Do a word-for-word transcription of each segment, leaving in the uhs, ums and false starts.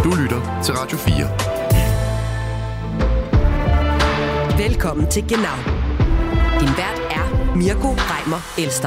Du lytter til Radio fire. Velkommen til Genau. Din vært er Mirko Reimer Elster.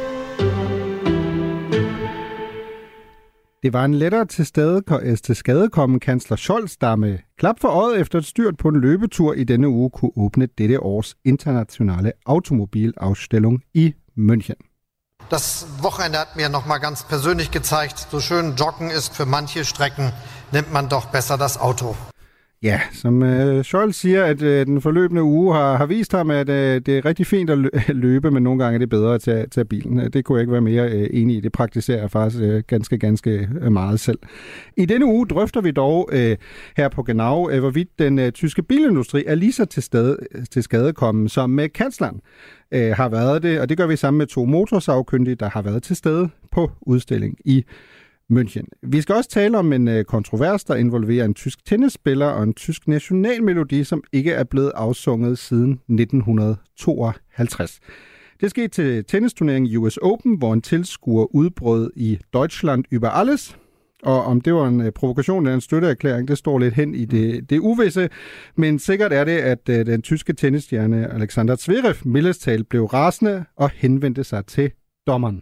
Det var en lettere til, stede, til skadekommen kansler Scholz, der med klap for øjet efter et styrt på en løbetur i denne uge kunne åbne dette års internationale Automobilausstellung i München. Das Wochenende hat mir noch mal ganz persönlich gezeigt, so schön Joggen ist für manche Strecken, nimmt man doch besser das Auto. Ja, som øh, Scholz siger, at øh, den forløbende uge har, har vist ham, at øh, det er rigtig fint at løbe, men nogle gange er det bedre at tage, tage bilen. Det kunne jeg ikke være mere øh, enig i. Det praktiserer jeg faktisk øh, ganske, ganske øh, meget selv. I denne uge drøfter vi dog øh, her på Genau, øh, hvorvidt den øh, tyske bilindustri er lige så til, stede, til skadekommen, som med kansleren øh, har været det. Og det gør vi sammen med to motorsagkyndige, der har været til stede på udstilling i München. Vi skal også tale om en øh, kontrovers, der involverer en tysk tennisspiller og en tysk nationalmelodi, som ikke er blevet afsunget siden nitten tooghalvtreds. Det skete til tennisturneringen U S Open, hvor en tilskuer udbrød i Deutschland über alles. Og om det var en øh, provokation eller en støtteerklæring, det står lidt hen i det, det uvisse. Men sikkert er det, at øh, den tyske tennisstjerne Alexander Zverev mildest talt blev rasende og henvendte sig til dommeren.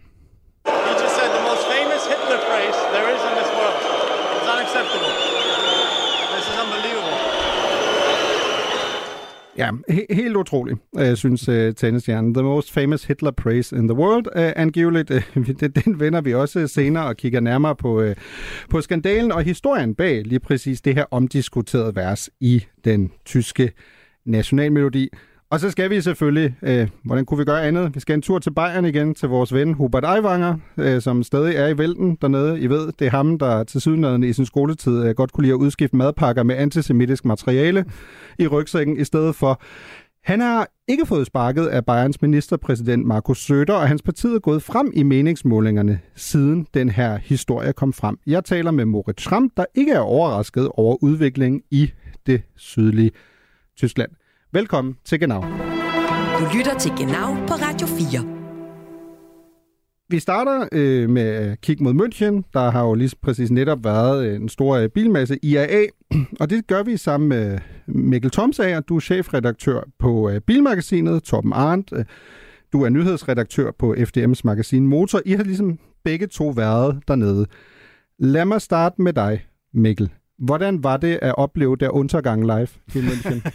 Ja, he- helt utroligt, øh, synes øh, tennisstjernen. The most famous Hitler praise in the world. Øh, angiveligt, øh, den vender vi også senere og kigger nærmere på, øh, på skandalen og historien bag lige præcis det her omdiskuterede vers i den tyske nationalmelodi. Og så skal vi selvfølgelig, øh, hvordan kunne vi gøre andet? Vi skal en tur til Bayern igen, til vores ven Hubert Aiwanger, øh, som stadig er i vælten dernede. I ved, det er ham, der tilsyneladende i sin skoletid øh, godt kunne lide at udskifte madpakker med antisemitisk materiale i rygsækken i stedet for. Han har ikke fået sparket af Bayerns ministerpræsident Markus Söder, og hans parti er gået frem i meningsmålingerne, siden den her historie kom frem. Jeg taler med Moritz Schramm, der ikke er overrasket over udviklingen i det sydlige Tyskland. Velkommen til Genau. Du lytter til Genau på Radio fire. Vi starter øh, med at kigge mod München. Der har jo lige præcis netop været en stor øh, bilmasse, I A A, og det gør vi sammen med Mikkel Thomsager. Du er chefredaktør på øh, Bilmagasinet, Torben Arndt. Øh, du er nyhedsredaktør på F D M's magasin Motor. I har ligesom begge to været dernede. Lad mig starte med dig, Mikkel. Hvordan var det at opleve der undergang live i München?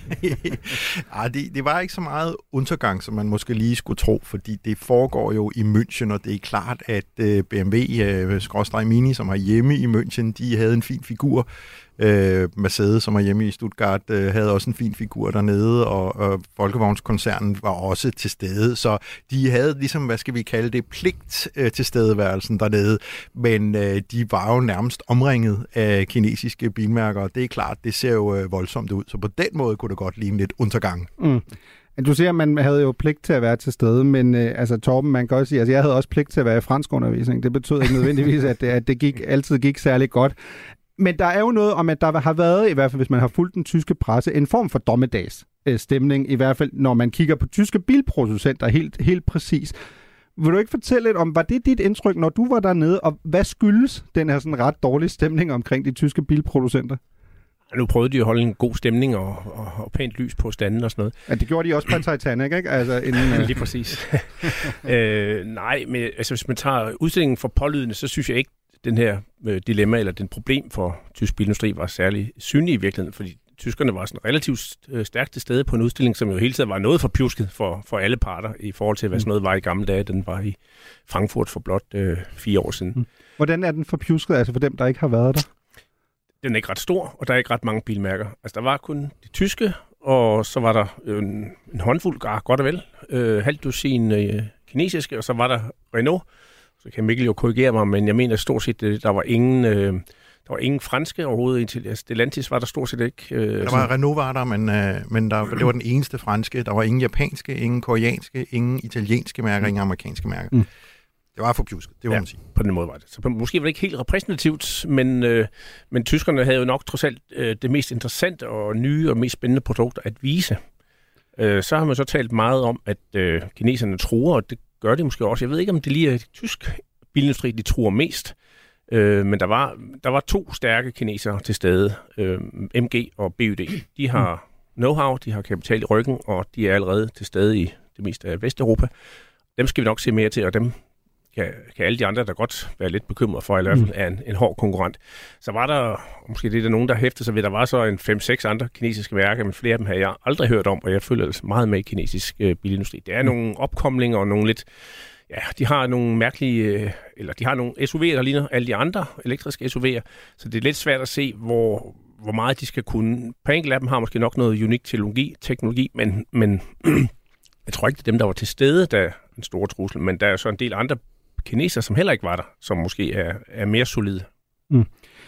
Arh, det, det var ikke så meget undergang, som man måske lige skulle tro, fordi det foregår jo i München, og det er klart, at uh, B M W, uh, skråstreg Mini, som har hjemme i München, de havde en fin figur. Uh, Mercedes, som er hjemme i Stuttgart, uh, havde også en fin figur dernede, og uh, Folkevognskoncernen var også til stede, så de havde ligesom, hvad skal vi kalde det, pligt uh, til stedeværelsen dernede, men uh, de var jo nærmest omringet af kinesiske bilmærker, og det er klart, det ser jo uh, voldsomt ud, så på den måde kunne det godt ligne lidt undergang. Mm. Du siger, at man havde jo pligt til at være til stede, men øh, altså Torben, man kan også sige, altså jeg havde også pligt til at være i fransk undervisning. Det betød ikke nødvendigvis, at, at det gik, altid gik særlig godt. Men der er jo noget om, at der har været, i hvert fald hvis man har fulgt den tyske presse, en form for dommedagsstemning, i hvert fald når man kigger på tyske bilproducenter helt, helt præcis. Vil du ikke fortælle lidt om, var det dit indtryk, når du var dernede, og hvad skyldes den her sådan ret dårlige stemning omkring de tyske bilproducenter? Nu prøvede de at holde en god stemning og, og, og pænt lys på standen og sådan noget. Ja, det gjorde de også på Titanic, ikke? Altså, inden, lige præcis. øh, nej, men altså, hvis man tager udstillingen for pålydende, så synes jeg ikke, den her øh, dilemma eller den problem for tysk bilindustri var særlig synlig i virkeligheden, fordi tyskerne var sådan relativt øh, stærkt til stede på en udstilling, som jo hele tiden var noget for pjusket for, for alle parter i forhold til, hvad sådan noget var i gamle dage. Den var i Frankfurt for blot øh, fire år siden. Hvordan er den for pjusket, altså for dem, der ikke har været der? Den er ikke ret stor, og der er ikke ret mange bilmærker. Altså, der var kun de tyske, og så var der en, en håndfuld, ah, godt og vel, øh, halvt dusin øh, kinesiske, og så var der Renault. Så kan Mikkel jo korrigere mig, men jeg mener stort set, der var ingen, øh, der var ingen franske overhovedet. Altså, Stellantis var der stort set ikke. Øh, der var Renault var der, men, øh, men der, det var den eneste franske. Der var ingen japanske, ingen koreanske, ingen italienske mærker, ingen amerikanske mærker. Mm. Det var for pjusket, det må ja, man sige. På den måde var det. Så måske var det ikke helt repræsentativt, men, øh, men tyskerne havde jo nok trods alt øh, det mest interessante og nye og mest spændende produkter at vise. Øh, så har man så talt meget om, at øh, kineserne truer, og det gør de måske også. Jeg ved ikke, om det lige er tysk bilindustri, de truer mest. Øh, men der var, der var to stærke kinesere til stede, øh, M G og B Y D. De har know-how, de har kapital i ryggen, og de er allerede til stede i det meste af Vesteuropa. Dem skal vi nok se mere til, og dem kan, kan alle de andre, der godt være lidt bekymret for, i hvert fald er en, en hård konkurrent. Så var der, måske det er der nogen, der hæfter sig ved, der var så en fem seks andre kinesiske mærker, men flere af dem har jeg aldrig hørt om, og jeg følger altså meget med i kinesisk øh, bilindustri. Det er nogle opkomlinger og nogle lidt, ja, de har nogle mærkelige, øh, eller de har nogle S U V'er, der ligner alle de andre elektriske S U V'er, så det er lidt svært at se, hvor, hvor meget de skal kunne. På enkelt af dem har måske nok noget unik teknologi, teknologi men, men jeg tror ikke, det er dem, der var til stede, der er en stor trussel, men der er så en del andre kineser, som heller ikke var der, som måske er, er mere solide. Mm.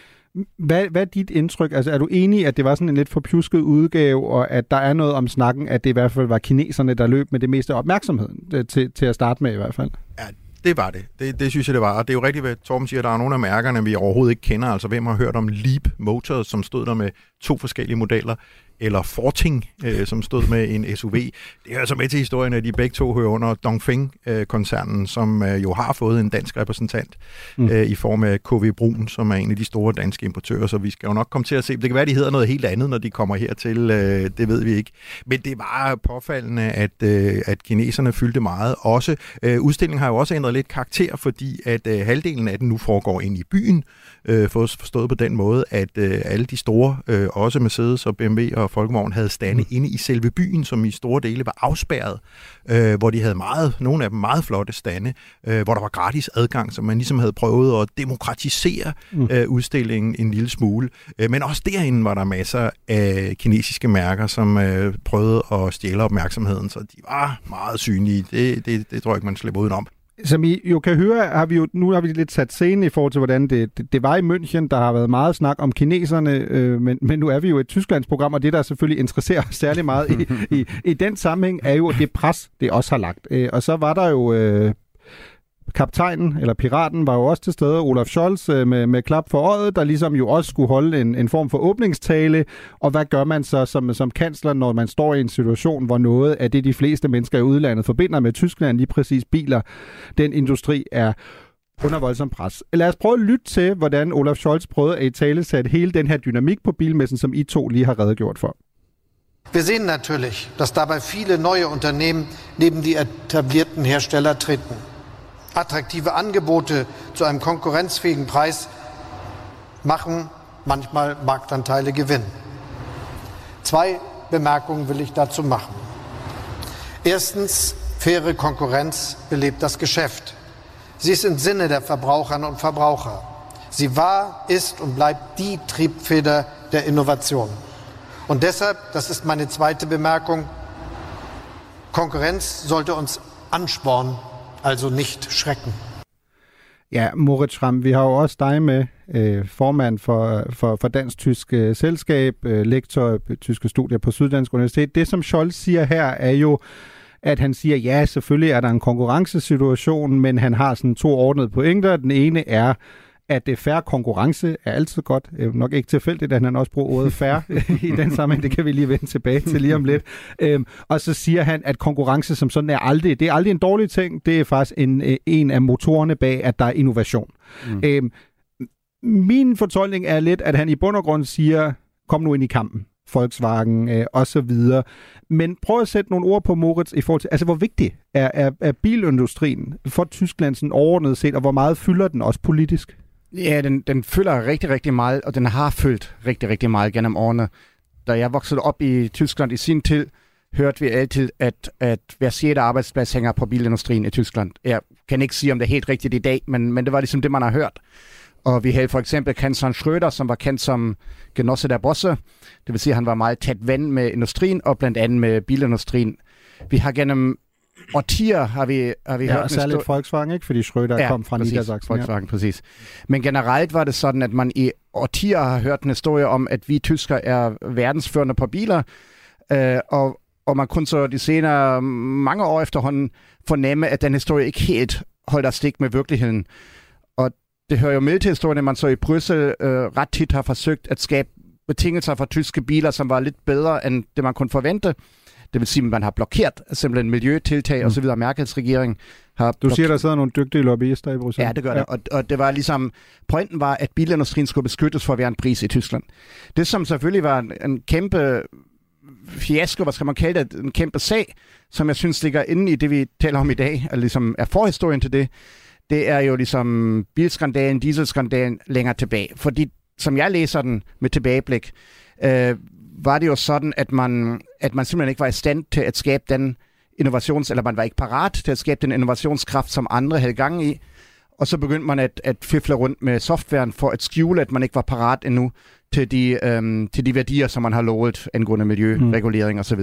Hvad, hvad er dit indtryk? Altså, er du enig, at det var sådan en lidt forpjusket udgave, og at der er noget om snakken, at det i hvert fald var kineserne, der løb med det meste opmærksomhed til, til at starte med i hvert fald? Ja, det var det. det. Det synes jeg, det var. Og det er jo rigtigt, hvad Torben siger, der er nogle af mærkerne, vi overhovedet ikke kender. Altså, hvem har hørt om Leap Motors, som stod der med to forskellige modeller, eller Forting, øh, som stod med en S U V. Det er altså med til historien, at de begge to hører under Dongfeng-koncernen, som øh, jo har fået en dansk repræsentant mm. øh, i form af K V Brun, som er en af de store danske importører, så vi skal jo nok komme til at se. Det kan være, de hedder noget helt andet, når de kommer hertil. Øh, det ved vi ikke. Men det var påfaldende, at, øh, at kineserne fyldte meget. Også øh, udstillingen har jo også ændret lidt karakter, fordi at øh, halvdelen af den nu foregår ind i byen, øh, forstået på den måde, at øh, alle de store, øh, også Mercedes og B M W og Folkevogn, havde stande inde i selve byen, som i store dele var afspærret, øh, hvor de havde meget, nogle af dem meget flotte stande, øh, hvor der var gratis adgang, så man ligesom havde prøvet at demokratisere øh, udstillingen en lille smule. Øh, men også derinde var der masser af kinesiske mærker, som øh, prøvede at stjæle opmærksomheden, så de var meget synlige. Det, det, det tror jeg ikke, man slipper udenom. Som I jo kan høre, har vi jo, nu har vi lidt sat scenen i forhold til, hvordan det, det, det var i München. Der har været meget snak om kineserne, øh, men, men nu er vi jo et Tysklandsprogram, og det, der selvfølgelig interesserer os særlig meget i, i, i den sammenhæng, er jo det pres, det også har lagt. Øh, og så var der jo øh, kaptajnen, eller piraten, var jo også til stede, Olaf Scholz, øh, med, med klap for øjet, der ligesom jo også skulle holde en, en form for åbningstale. Og hvad gør man så som, som kansler, når man står i en situation, hvor noget af det, de fleste mennesker i udlandet forbinder med Tyskland, lige præcis biler, den industri er under voldsom pres. Lad os prøve at lytte til, hvordan Olaf Scholz prøvede at italesætte hele den her dynamik på bilmessen, som I to lige har redegjort for. Wir sehen natürlich, dass dabei viele neue Unternehmen neben die etablierten Hersteller treten. Attraktive Angebote zu einem konkurrenzfähigen Preis machen manchmal Marktanteile gewinnen. Zwei Bemerkungen will ich dazu machen. Erstens, faire Konkurrenz belebt das Geschäft. Sie ist im Sinne der Verbraucherinnen und Verbraucher. Sie war, ist und bleibt die Triebfeder der Innovation. Und deshalb, das ist meine zweite Bemerkung, Konkurrenz sollte uns anspornen, altså nicht schrecken. Ja, Moritz Schramm, vi har jo også dig med, øh, formand for, for, for Dansk-Tysk øh, Selskab, øh, lektor i tyske studier på Syddansk Universitet. Det, som Scholz siger her, er jo, at han siger, ja, selvfølgelig er der en konkurrencesituation, men han har sådan to ordnede pointer. Den ene er, at det fair konkurrence er altid godt. Nok ikke tilfældigt, at han også bruger ordet fair i den sammenhæng. Det kan vi lige vende tilbage til lige om lidt. Øhm, og så siger han, at konkurrence som sådan er aldrig, det er aldrig en dårlig ting. Det er faktisk en, en af motorerne bag, at der er innovation. Mm. Øhm, min fortolkning er lidt, at han i bund og grund siger, kom nu ind i kampen. Volkswagen øh, og så videre. Men prøv at sætte nogle ord på, Moritz, i forhold til, altså hvor vigtig er, er, er bilindustrien for Tyskland sådan overordnet set, og hvor meget fylder den også politisk? Ja, den, den fylder rigtig, rigtig meget, og den har fyldt rigtig, rigtig meget gennem årene. Da jeg voksede op i Tyskland i sin tid, hørte vi altid, at, at hver sjette arbejdsplads hænger på bilindustrien i Tyskland. Jeg kan ikke sige, om det er helt rigtigt i dag, men, men det var ligesom det, man har hørt. Og vi havde for eksempel kansleren Schröder, som var kendt som genosse der Bosse. Det vil sige, at han var meget tæt ven med industrien, og blandt andet med bilindustrien. Vi har gennem årtier har vi, har vi ja, hørt... og særligt stå... Volkswagen, ikke? Fordi Schröder ja, kom fra Niedersachsen. Volkswagen, ja. Præcis. Men generelt var det sådan, at man i årtier har hørt en historie om, at vi tyskere er verdensførende på biler, øh, og, og man kunne så de senere mange år efterhånden fornemme, at den historie ikke helt holder stik med virkeligheden. Og det hører jo med til historien, at man så i Bryssel øh, ret tit har forsøgt at skabe betingelser for tyske biler, som var lidt bedre end det, man kunne forvente. Det vil sige, at man har blokeret simpelthen miljøtiltag mm. og så videre. Merkels regering har Du siger, der sidder nogle dygtige lobbyister i Bruxelles. Ja, det gør ja. det. Og, og det var ligesom, pointen var, at bilindustrien skulle beskyttes for at være en pris i Tyskland. Det, som selvfølgelig var en, en kæmpe fiasko, hvad skal man kalde det, en kæmpe sag, som jeg synes ligger inde i det, vi taler om i dag, og ligesom er forhistorien til det, det er jo ligesom bilskandalen, dieselskandalen længere tilbage. Fordi, som jeg læser den med tilbageblik, øh, var det jo sådan, at man, at man simpelthen ikke var i stand til at skabe den innovations, eller man var ikke parat til at skabe den innovationskraft, som andre havde gang i. Og så begyndte man at, at fifle rundt med softwaren for at skjule, at man ikke var parat endnu til de, øhm, til de værdier, som man har lovet angående miljø, mm. regulering osv.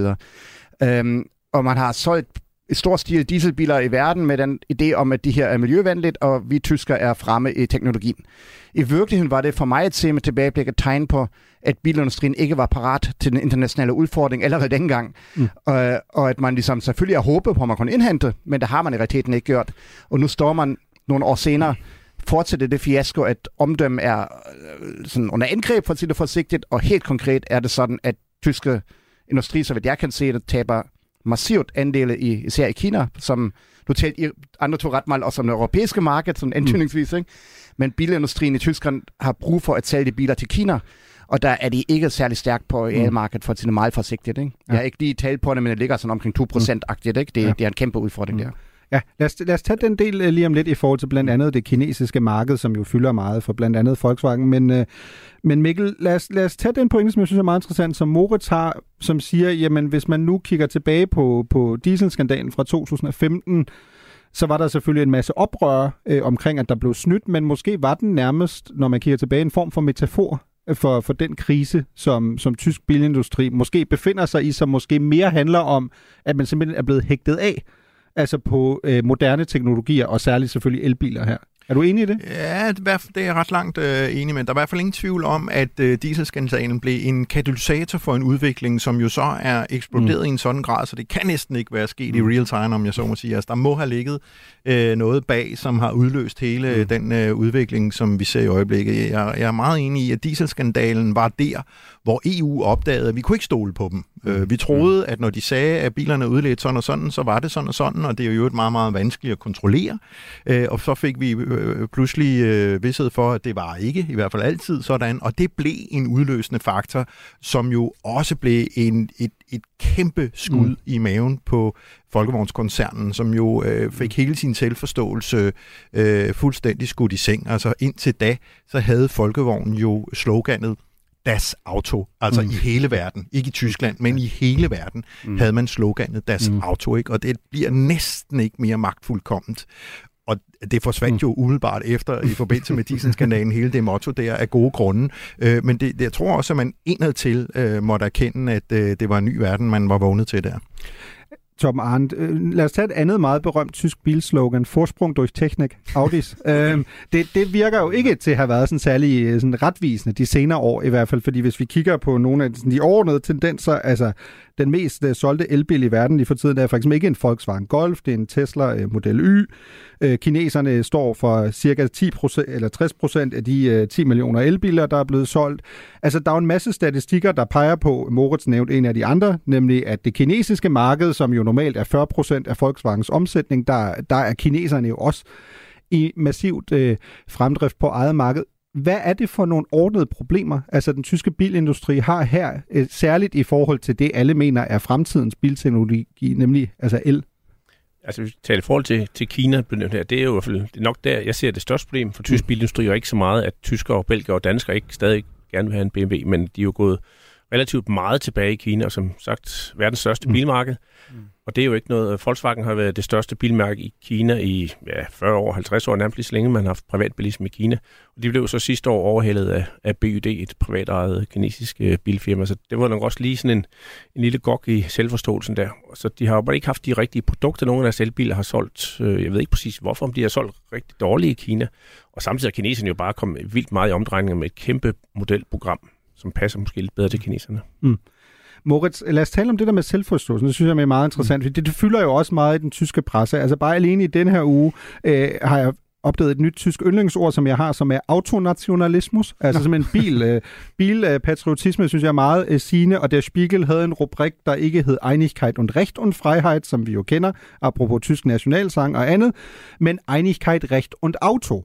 Øhm, og man har solgt i stor stil dieselbiler i verden med den idé om, at de her er miljøvenligt, og vi tyskere er fremme i teknologien. I virkeligheden var det for mig at se med tilbageblik et tegn på, at bilindustrien ikke var parat til den internationale udfordring allerede dengang, mm. og, og at man ligesom selvfølgelig har håbet på, at man kunne indhente, men det har man i realiteten ikke gjort. Og nu står man nogle år senere, fortsætter det fiasko, at omdømme er øh, sådan under angreb, for at sige det forsigtigt, og helt konkret er det sådan, at tyske industri, så vidt jeg kan se det, taber massivt andele i, især i Kina, som du talte andre to ret meget også om det europæiske marked, sådan antydningsvis, ikke? Men bilindustrien i Tyskland har brug for at sælge de biler til Kina, og der er de ikke særlig stærkt på realmarkedet, for at sige det meget forsigtigt, ikke? Ja. Jeg har ikke lige talt på det, men det ligger sådan omkring to procent-agtigt, ikke? Det, ja. det er en kæmpe udfordring mm. der. Ja, lad os, lad os tage den del lige om lidt i forhold til blandt andet det kinesiske marked, som jo fylder meget for blandt andet Volkswagen. Men, øh, men Mikkel, lad os, lad os tage den pointe, som jeg synes er meget interessant, som Moritz har, som siger, jamen hvis man nu kigger tilbage på, på dieselskandalen fra to tusind og femten, så var der selvfølgelig en masse oprør øh, omkring, at der blev snydt, men måske var den nærmest, når man kigger tilbage, en form for metafor for, for den krise, som, som tysk bilindustri måske befinder sig i, som måske mere handler om, at man simpelthen er blevet hægtet af, altså på øh, moderne teknologier, og særligt selvfølgelig elbiler her. Er du enig i det? Ja, det er jeg ret langt øh, enig med. Der er i hvert fald ingen tvivl om, at øh, dieselskandalen blev en katalysator for en udvikling, som jo så er eksploderet mm. i en sådan grad, så det kan næsten ikke være sket mm. i real time, om jeg så må sige. Altså, der må have ligget øh, noget bag, som har udløst hele mm. den øh, udvikling, som vi ser i øjeblikket. Jeg, jeg er meget enig i, at dieselskandalen var der, hvor E U opdagede, at vi kunne ikke stole på dem. Mm. Øh, vi troede, at når de sagde, at bilerne udledte sådan og sådan, så var det sådan og sådan, og det er jo et meget, meget vanskeligt at kontrollere. Øh, og så fik vi øh, pludselig øh, vidsthed for, at det var ikke, i hvert fald altid sådan, og det blev en udløsende faktor, som jo også blev en, et, et kæmpe skud mm. i maven på Folkevognskoncernen, som jo øh, fik hele sin selvforståelse øh, fuldstændig skudt i seng. Altså indtil da, så havde Folkevognen jo sloganet Das Auto, altså mm. i hele verden. Ikke i Tyskland, men i hele verden mm. havde man sloganet Das mm. Auto, ikke? Og det bliver næsten ikke mere magtfuldkomment. Og det forsvandt jo umiddelbart efter, i forbindelse med dieselskandalen, hele det motto der, af gode grunde. Øh, men det, det, jeg tror også, at man indadtil øh, måtte erkende, at øh, det var en ny verden, man var vågnet til der. Tom Arndt, øh, lad os tage et andet meget berømt tysk bilslogan, Vorsprung durch Technik, Audis. øh, det, det virker jo ikke til at have været sådan særlig sådan retvisende de senere år i hvert fald, fordi hvis vi kigger på nogle af de overordnede tendenser, altså den mest uh, solgte elbil i verden lige for tiden er for eksempel ikke en Volkswagen Golf, det er en Tesla uh, Model Y. Uh, kineserne står for cirka ti procent eller tres procent af de uh, ti millioner elbiler, der er blevet solgt. Altså der er jo en masse statistikker, der peger på, Moritz nævnte en af de andre, nemlig at det kinesiske marked, som jo normalt er fyrre procent af Volkswagens omsætning, der, der er kineserne jo også i massivt uh, fremdrift på eget marked. Hvad er det for nogle ordnede problemer, altså den tyske bilindustri har her, øh, særligt i forhold til det, alle mener er fremtidens bilteknologi, nemlig altså el? Altså, hvis vi taler i forhold til, til Kina, det er jo i hvert fald det er nok der, jeg ser det største problem for tysk bilindustri, og ikke så meget, at tyskere, belgere og danskere ikke stadig gerne vil have en B M W, men de er jo gået relativt meget tilbage i Kina, og som sagt, verdens største mm. bilmarked. Mm. Og det er jo ikke noget. Volkswagen har været det største bilmærke i Kina i ja, fyrre år, halvtreds år, nærmest lige så længe man har haft privatbilisme i Kina. Og de blev så sidste år overhældet af, af B Y D, et privatejet kinesisk bilfirma. Så det var nok også lige sådan en, en lille gok i selvforståelsen der. Så de har jo bare ikke haft de rigtige produkter. Nogle af deres elbiler har solgt, øh, jeg ved ikke præcis hvorfor, om de har solgt rigtig dårligt i Kina. Og samtidig er kineserne jo bare kommet vildt meget i omdrejninger med et kæmpe modelprogram, som passer måske lidt bedre til kineserne. Mm. Moritz, lad os tale om det der med selvforståelsen. Det synes jeg er meget interessant, mm. fordi det, det fylder jo også meget i den tyske presse. Altså bare alene i den her uge øh, har jeg opdaget et nyt tysk yndlingsord, som jeg har, som er autonationalismus. Altså simpelthen bil, øh, bilpatriotisme, synes jeg er meget øh, sigende, og Der Spiegel havde en rubrik, der ikke hed Einigkeit und Recht und Freiheit, som vi jo kender, apropos tysk nationalsang og andet, men Einigkeit, Recht und Auto.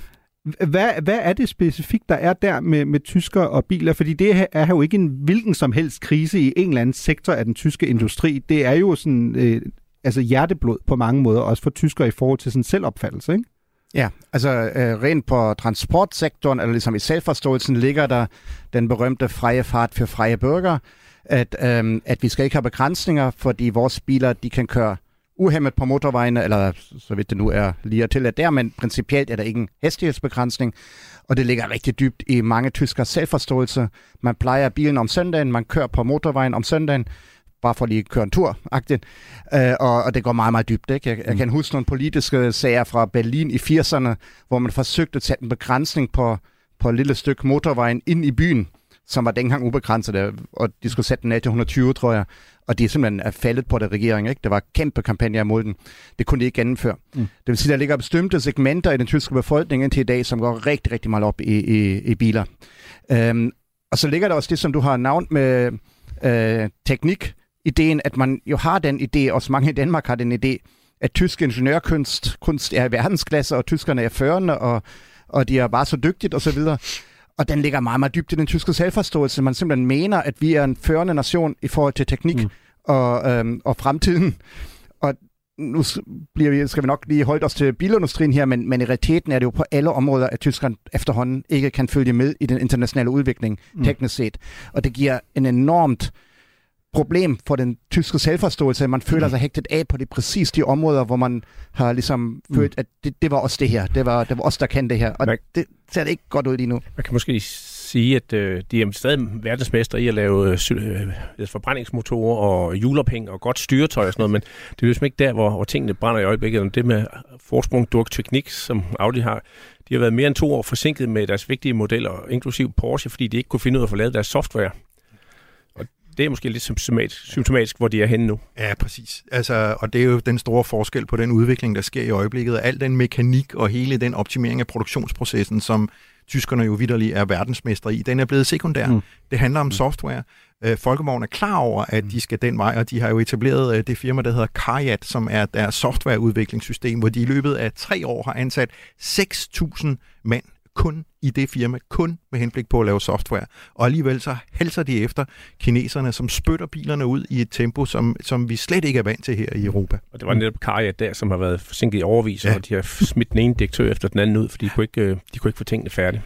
Hvad, hvad er det specifikt, der er der med, med tysker og biler? Fordi det er jo ikke en hvilken som helst krise i en eller anden sektor af den tyske industri. Det er jo sådan øh, altså hjerteblod på mange måder, også for tyskere i forhold til sådan selvopfattelse, ikke? Ja, altså øh, rent på transportsektoren, eller ligesom i selvforståelsen, ligger der den berømte frie fart for frie bürger, at, øh, at vi skal ikke have begrænsninger, fordi vores biler, de kan køre uhæmmet på motorvejene, eller så vidt det nu er lige til at der, men principielt er der ingen hastighedsbegrænsning, og det ligger rigtig dybt i mange tyskers selvforståelse. Man plejer bilen om søndagen, man kører på motorvejen om søndagen, bare for lige at køre en tur-agtigt, øh, og, og det går meget, meget dybt. Ikke? Jeg, jeg kan huske nogle politiske sager fra Berlin i firserne, hvor man forsøgte at sætte en begrænsning på, på et lille stykke motorvejen ind i byen, som var dengang ubegrænset, og de skulle sætte den af til et hundrede og tyve, tror jeg, og de er simpelthen er faldet på det regering. Ikke? Det var kæmpe kampagner imod den. Det kunne de ikke gennemføre. Mm. Det vil sige, der ligger bestemte segmenter i den tyske befolkning indtil i dag, som går rigtig, rigtig meget op i, i, i biler. Øhm, og så ligger der også det, som du har navnt med øh, teknik, ideen, at man jo har den idé, også mange i Danmark har den idé, at tysk ingeniørkunst kunst er i verdensklasse, og tyskerne er førende, og, og de er bare så dygtigt, og så videre. Og den ligger meget, meget dybt i den tyske selvforståelse. Man simpelthen mener, at vi er en førende nation i forhold til teknik mm. og, øhm, og fremtiden. Og nu bliver vi, skal vi nok lige holde os til bilindustrien her, men, men i realiteten er det jo på alle områder, at tyskerne efterhånden ikke kan følge med i den internationale udvikling, mm. teknisk set. Og det giver en enormt problem for den tyske selvforståelse, at man føler sig hægtet af på det præcis de områder, hvor man har ligesom mm. følt, at det, det var også det her. Det var, det var os, der kendte det her. Og man, det ser det ikke godt ud lige nu. Man kan måske sige, at øh, de er stadig verdensmestre i at lave øh, forbrændingsmotorer og hjulophæng og godt styretøj og sådan noget, men det er jo ikke der, hvor, hvor tingene brænder i øjeblikket. Det med forsprung Durk Teknik, som Audi har, de har været mere end to år forsinket med deres vigtige modeller, inklusiv Porsche, fordi de ikke kunne finde ud af at få lavet deres software. Det er måske lidt symptomatisk, symptomatisk, hvor de er henne nu. Ja, præcis. Altså, og det er jo den store forskel på den udvikling, der sker i øjeblikket. Al den mekanik og hele den optimering af produktionsprocessen, som tyskerne jo vitterligt er verdensmestre i, den er blevet sekundær. Mm. Det handler om software. Folkevogn er klar over, at de skal den vej, og de har jo etableret det firma, der hedder CARIAD, som er deres softwareudviklingssystem, hvor de i løbet af tre år har ansat seks tusind mand kun i det firma, kun med henblik på at lave software. Og alligevel så halser de efter kineserne, som spytter bilerne ud i et tempo, som, som vi slet ikke er vant til her i Europa. Og det var netop CARIAD der, som har været forsinket i overvis, ja. Og de har smidt den ene direktør efter den anden ud, fordi de kunne ikke, de kunne ikke få tingene færdige.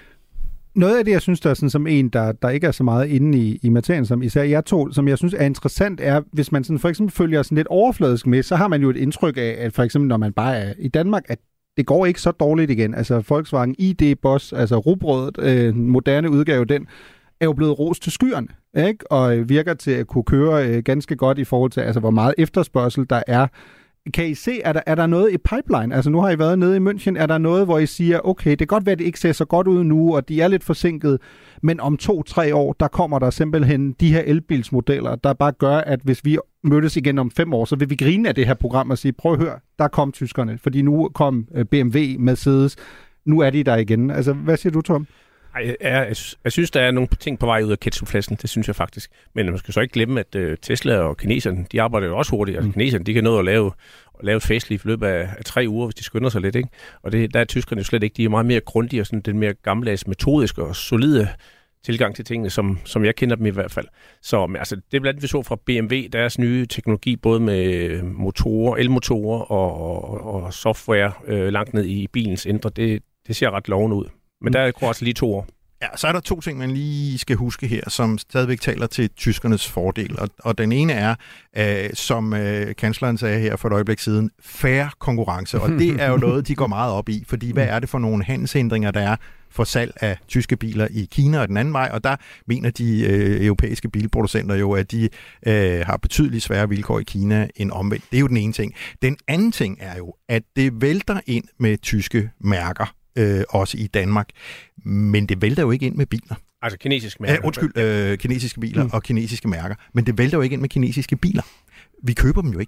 Noget af det, jeg synes, der er sådan, som en, der, der ikke er så meget inde i, i materien, som især jeg to, som jeg synes er interessant, er, hvis man sådan for eksempel følger sådan lidt overfladisk med, så har man jo et indtryk af, at for eksempel, når man bare er i Danmark, at det går ikke så dårligt igen. Altså Volkswagen I D Boss, altså rugbrødet, øh, moderne udgave, den er jo blevet rost til skyerne, ikke? Og virker til at kunne køre øh, ganske godt i forhold til, altså hvor meget efterspørgsel der er. Kan I se, er der, er der noget i pipeline? Altså nu har I været nede i München, er der noget, hvor I siger, okay, det kan godt være, at det ikke ser så godt ud nu, og de er lidt forsinket, men om to-tre år, der kommer der simpelthen de her elbilsmodeller, der bare gør, at hvis vi mødes igen om fem år, så vil vi grine af det her program og sige, prøv at høre, der kom tyskerne, fordi nu kom B M W, Mercedes, nu er de der igen. Altså, hvad siger du, Tom? Ej, jeg, jeg, jeg synes, der er nogle ting på vej ud af ketchupflasken, det synes jeg faktisk. Men man skal så ikke glemme, at uh, Tesla og kineserne, de arbejder jo også hurtigt. Altså, mm. kineserne, de kan nå at lave, at lave et facelift i løbet af, af tre uger, hvis de skynder sig lidt, ikke? Og det, der er tyskerne jo slet ikke. De er meget mere grundige og sådan den mere gammeldags metodiske og solide tilgang til tingene, som, som jeg kender dem i hvert fald. Så altså, det er blandt andet, vi så fra B M W, deres nye teknologi, både med motorer, elmotorer og, og, og software øh, langt ned i bilens indre. Det, det ser ret lovende ud. Men der går altså lige to år. Ja, så er der to ting, man lige skal huske her, som stadigvæk taler til tyskernes fordel. Og, og den ene er, øh, som øh, kansleren sagde her for et øjeblik siden, fair konkurrence. Og det er jo noget, de går meget op i. Fordi hvad er det for nogle handelshindringer, der er for salg af tyske biler i Kina og den anden vej? Og der mener de øh, europæiske bilproducenter jo, at de øh, har betydeligt sværere vilkår i Kina end omvendt. Det er jo den ene ting. Den anden ting er jo, at det vælter ind med tyske mærker. Øh, også i Danmark. Men det vælter jo ikke ind med biler. Altså kinesiske mærker? Ja, undskyld, øh, kinesiske biler mm. og kinesiske mærker. Men det vælter jo ikke ind med kinesiske biler. Vi køber dem jo ikke.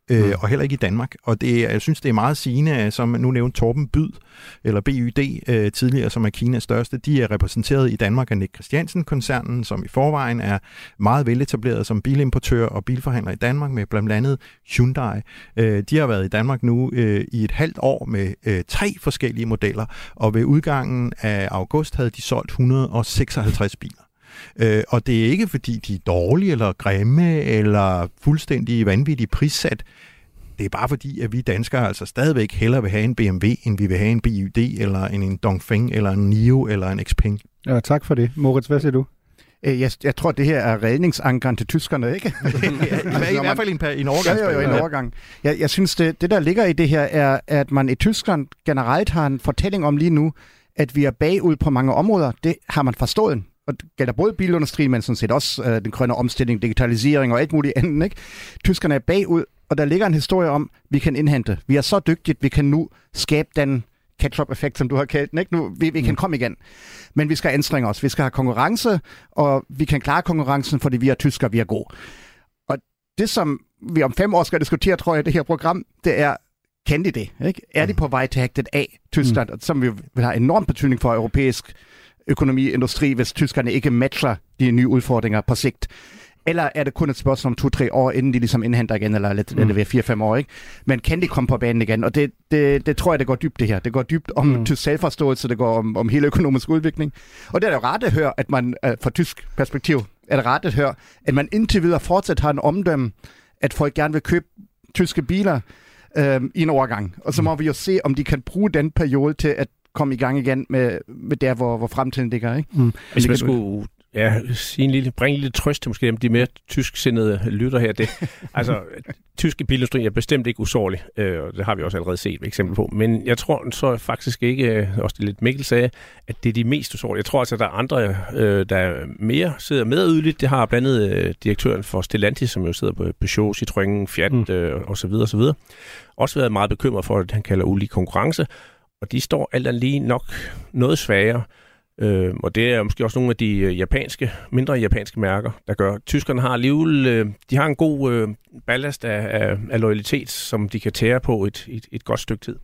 øh, mm. og heller ikke i Danmark. Og det, jeg synes, det er meget sigende, som nu nævnte Torben Byd, eller B Y D øh, tidligere, som er Kinas største. De er repræsenteret i Danmark af Nick Christiansen-koncernen, som i forvejen er meget veletableret som bilimportør og bilforhandler i Danmark med blandt andet Hyundai. Øh, de har været i Danmark nu øh, i et halvt år med øh, tre forskellige modeller, og ved udgangen af august havde de solgt et hundrede og seksoghalvtreds biler. Øh, og det er ikke, fordi de er dårlige eller grimme eller fuldstændig vanvittigt prissat. Det er bare fordi, at vi danskere altså stadigvæk hellere vil have en B M W, end vi vil have en B Y D, eller en, en Dongfeng, eller en NIO, eller en Xpeng. Ja, tak for det. Moritz, hvad siger du? Jeg, jeg tror, det her er redningsankeren til tyskerne, ikke? ja, I hvert fald en, en overgang. Ja, jo, jo, en overgang. Jeg, jeg synes, det, det der ligger i det her, er, at man i Tyskland generelt har en fortælling om lige nu, at vi er bagud på mange områder. Det har man forstået. Og det gælder både bilindustrien, men sådan set også øh, den grønne omstilling, digitalisering og alt muligt andet, ikke? Tyskerne er bagud, og der ligger en historie om, vi kan indhente. Vi er så dygtige, vi kan nu skabe den catch-up-effekt, som du har kaldt den, ikke? Nu, vi, vi kan mm. komme igen. Men vi skal anstrenge os. Vi skal have konkurrence, og vi kan klare konkurrencen, fordi vi er tyskere, vi er gode. Og det, som vi om fem år skal diskutere, tror jeg, det her program, det er, kan de det? Ikke? Er de på vej til hægtet af Tyskland, mm. som vi vil have enorm betydning for europæisk økonomi og industri, hvis tyskerne ikke matcher de nye udfordringer på sigt? Eller er det kun et spørgsmål om to-tre år, inden de ligesom indhenter igen, eller lidt mm. ved fire-fem år, ikke? Men kan de komme på banen igen? Og det, det, det tror jeg, det går dybt, det her. Det går dybt om mm. tysk selvforståelse, det går om, om hele økonomisk udvikling. Og det er jo rart at høre, at man fra tysk perspektiv, er det rart at høre, at man indtil videre fortsat har en omdømme, at folk gerne vil købe tyske biler øh, i en overgang. Og så må vi jo se, om de kan bruge den periode til at komme i gang igen med, med der, hvor, hvor fremtiden ligger, ikke? Mm. Hvis man skulle ja, sige en lille, bringe en lille trøst til måske dem, de mere tysksindede lytter her. Det, altså, tyske bilindustri er bestemt ikke usårlig, øh, og det har vi også allerede set et eksempel på. Men jeg tror så faktisk ikke, også det lidt Mikkel sagde, at det er de mest usårlige. Jeg tror altså, at der er andre, øh, der mere sidder med yderligt. Det har blandt andet øh, direktøren for Stellantis, som jo sidder på Peugeot, Citroën, Fiat mm. øh, og så videre, og så videre. Også været meget bekymret for, at han kalder ulige konkurrence. Og de står alt andet lige nok noget svagere. Øh, og det er måske også nogle af de japanske, mindre japanske mærker, der gør. Tyskerne har alligevel, øh, de har en god øh, ballast af, af, af loyalitet, som de kan tære på et, et, et godt stykke tid.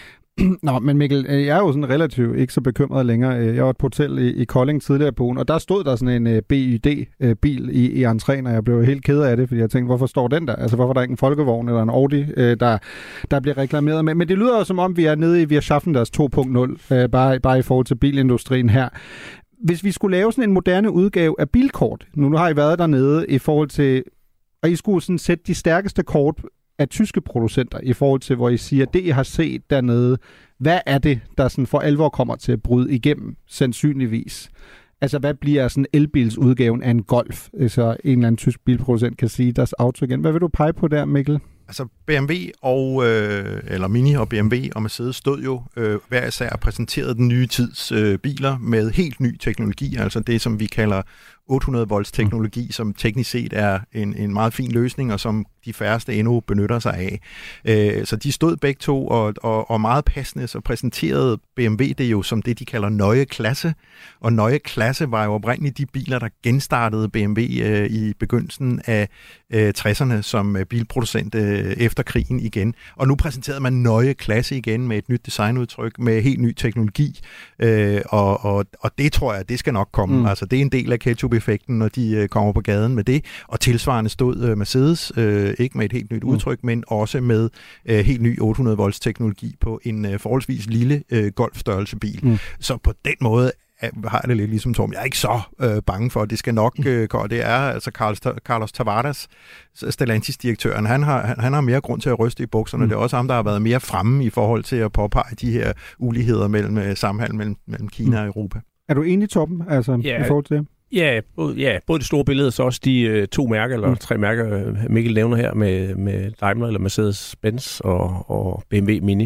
Nå, men Mikkel, jeg er jo sådan relativt ikke så bekymret længere. Jeg var på et hotel i, i Kolding tidligere på ugen, og der stod der sådan en uh, B Y D-bil i, i entréen, og jeg blev helt ked af det, fordi jeg tænkte, hvorfor står den der? Altså, hvorfor er der ikke en folkevogn eller en Audi, uh, der, der bliver reklameret med? Men det lyder jo som om, vi er nede i Vi har schaffen deres to punkt nul, uh, bare, bare i forhold til bilindustrien her. Hvis vi skulle lave sådan en moderne udgave af bilkort, nu, nu har I været dernede i forhold til, og I skulle sådan sætte de stærkeste kort af tyske producenter i forhold til, hvor I siger, det I har set dernede, hvad er det, der sådan for alvor kommer til at bryde igennem, sandsynligvis? Altså, hvad bliver sådan elbilsudgaven af en Golf, så en eller anden tysk bilproducent kan sige deres auto igen? Hvad vil du pege på der, Mikkel? Altså B M W og, øh, eller Mini og B M W og Mercedes stod jo øh, hver især og præsenterede den nye tids øh, biler med helt ny teknologi, altså det, som vi kalder otte hundrede volts teknologi, som teknisk set er en, en meget fin løsning, og som de færreste endnu benytter sig af. Øh, så de stod begge to, og, og, og meget passende, så præsenterede B M W det jo som det, de kalder Neue Klasse, og Neue Klasse var jo oprindeligt de biler, der genstartede B M W øh, i begyndelsen af øh, tresserne som øh, bilproducent øh, efter krigen igen. Og nu præsenterede man Neue Klasse igen med et nyt designudtryk, med helt ny teknologi, øh, og, og, og det tror jeg, det skal nok komme. Mm. Altså det er en del af ketchup-effekten, når de øh, kommer på gaden med det, og tilsvarende stod øh, Mercedes, øh, ikke med et helt nyt udtryk, mm. men også med øh, helt ny otte hundrede volts teknologi på en øh, forholdsvis lille øh, golfstørrelse bil. Mm. Så på den måde har jeg det lidt ligesom Tom. Jeg er ikke så øh, bange for, at det skal nok øh, gå. Det er altså Carlos, Carlos Tavares, Stellantis-direktøren. Han har, han, han har mere grund til at ryste i bukserne. Mm. Det er også ham, der har været mere fremme i forhold til at påpege de her uligheder mellem samhandel mellem, mellem Kina og Europa. Er du enig, Torben, altså, ja, i forhold til det? Ja, både, ja, både det store billede, så også de øh, to mærker, eller mm. tre mærker, Mikkel nævner her, med, med Daimler eller Mercedes-Benz og, og B M W Mini.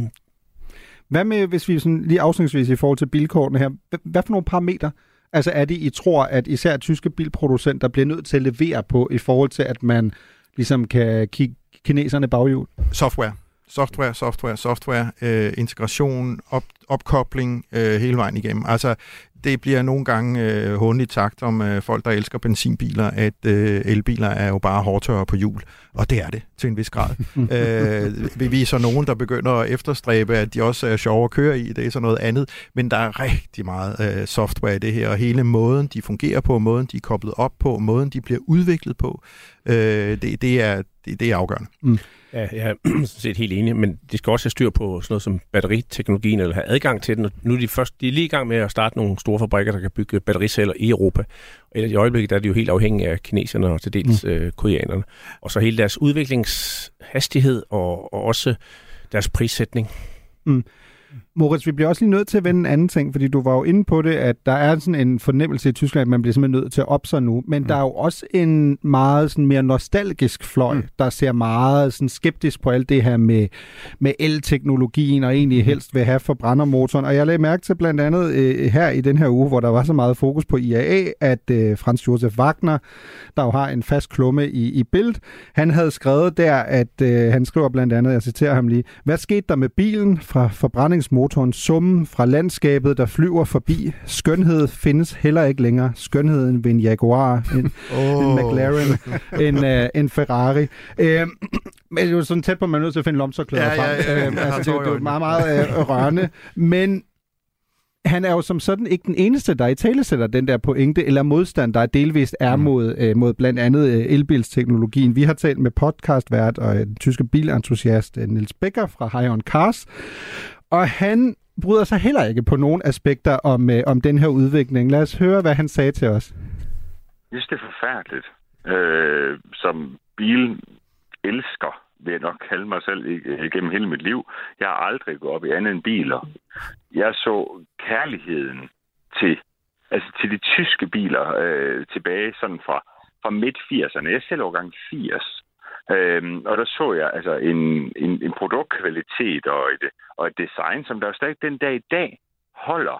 Hvad med, hvis vi sådan lige afsnitsvis i forhold til bilkortene her, hvad for nogle parametre, altså er det, I tror, at især tyske bilproducenter bliver nødt til at levere på, i forhold til, at man ligesom kan kigge kineserne baghjul? Software. Software, software, software, øh, integration, op, opkobling øh, hele vejen igennem. Altså, det, det bliver nogle gange øh, håndligt sagt om øh, folk, der elsker benzinbiler, at øh, elbiler er jo bare hårdtørre på hjul. Og det er det, til en vis grad. øh, vi viser nogen, der begynder at efterstræbe, at de også er sjove at køre i. Det er så noget andet. Men der er rigtig meget øh, software i det her, og hele måden, de fungerer på, måden, de er koblet op på, måden, de bliver udviklet på, øh, det, det, er, det, det er afgørende. Mm. Ja, jeg er sådan set helt enig, men de skal også have styr på sådan noget som batteriteknologien, eller have adgang til den. Og nu er de, først, de er lige i gang med at starte nogle store fabrikker, der kan bygge battericeller i Europa. Og i øjeblikket der er de jo helt afhængige af kineserne og til dels mm. øh, koreanerne. Og så hele deres udviklingshastighed og, og også deres prissætning. Mm. Moritz, vi bliver også lige nødt til at vende en anden ting, fordi du var jo inde på det, at der er sådan en fornemmelse i Tyskland, at man bliver simpelthen nødt til at op sig nu, men mm. der er jo også en meget sådan mere nostalgisk fløj, mm. der ser meget sådan skeptisk på alt det her med, med el-teknologien, og egentlig helst vil have forbrændерmotoren. Og jeg lagde mærke til blandt andet øh, her i den her uge, hvor der var så meget fokus på I A A, at øh, Franz Josef Wagner, der jo har en fast klumme i, i Bild, han havde skrevet der, at øh, han skriver blandt andet, jeg citerer ham lige, hvad skete der med bilen fra forbrændingsmotoren? Summen fra landskabet, der flyver forbi. Skønhed findes heller ikke længere. Skønheden ved en Jaguar, en, oh. en McLaren, en, uh, en Ferrari. Uh, men det er jo sådan tæt på, at man er nødt til at finde lomserklæder ja, frem. Ja, ja, ja. Uh, altså, det, det er jo meget, meget uh, rørende. Men han er jo som sådan ikke den eneste, der i talesætter den der pointe eller modstand, der delvist er mm. mod, øh, mod blandt andet øh, elbilsteknologien. Vi har talt med podcastvært og den tyske bilentusiast øh, Niels Becker fra High on Cars, og han bryder sig heller ikke på nogen aspekter om, øh, om den her udvikling. Lad os høre, hvad han sagde til os. Jeg synes, det er forfærdeligt. Øh, som bilelsker vil jeg nok kalde mig selv igennem hele mit liv. Jeg har aldrig gået op i andet end biler. Jeg så kærligheden til, altså til de tyske biler øh, tilbage sådan fra, fra midt firserne. Jeg er selv årgang firs. Øhm, og der så jeg altså en, en, en produktkvalitet og et, og et design, som der stadig den dag i dag holder.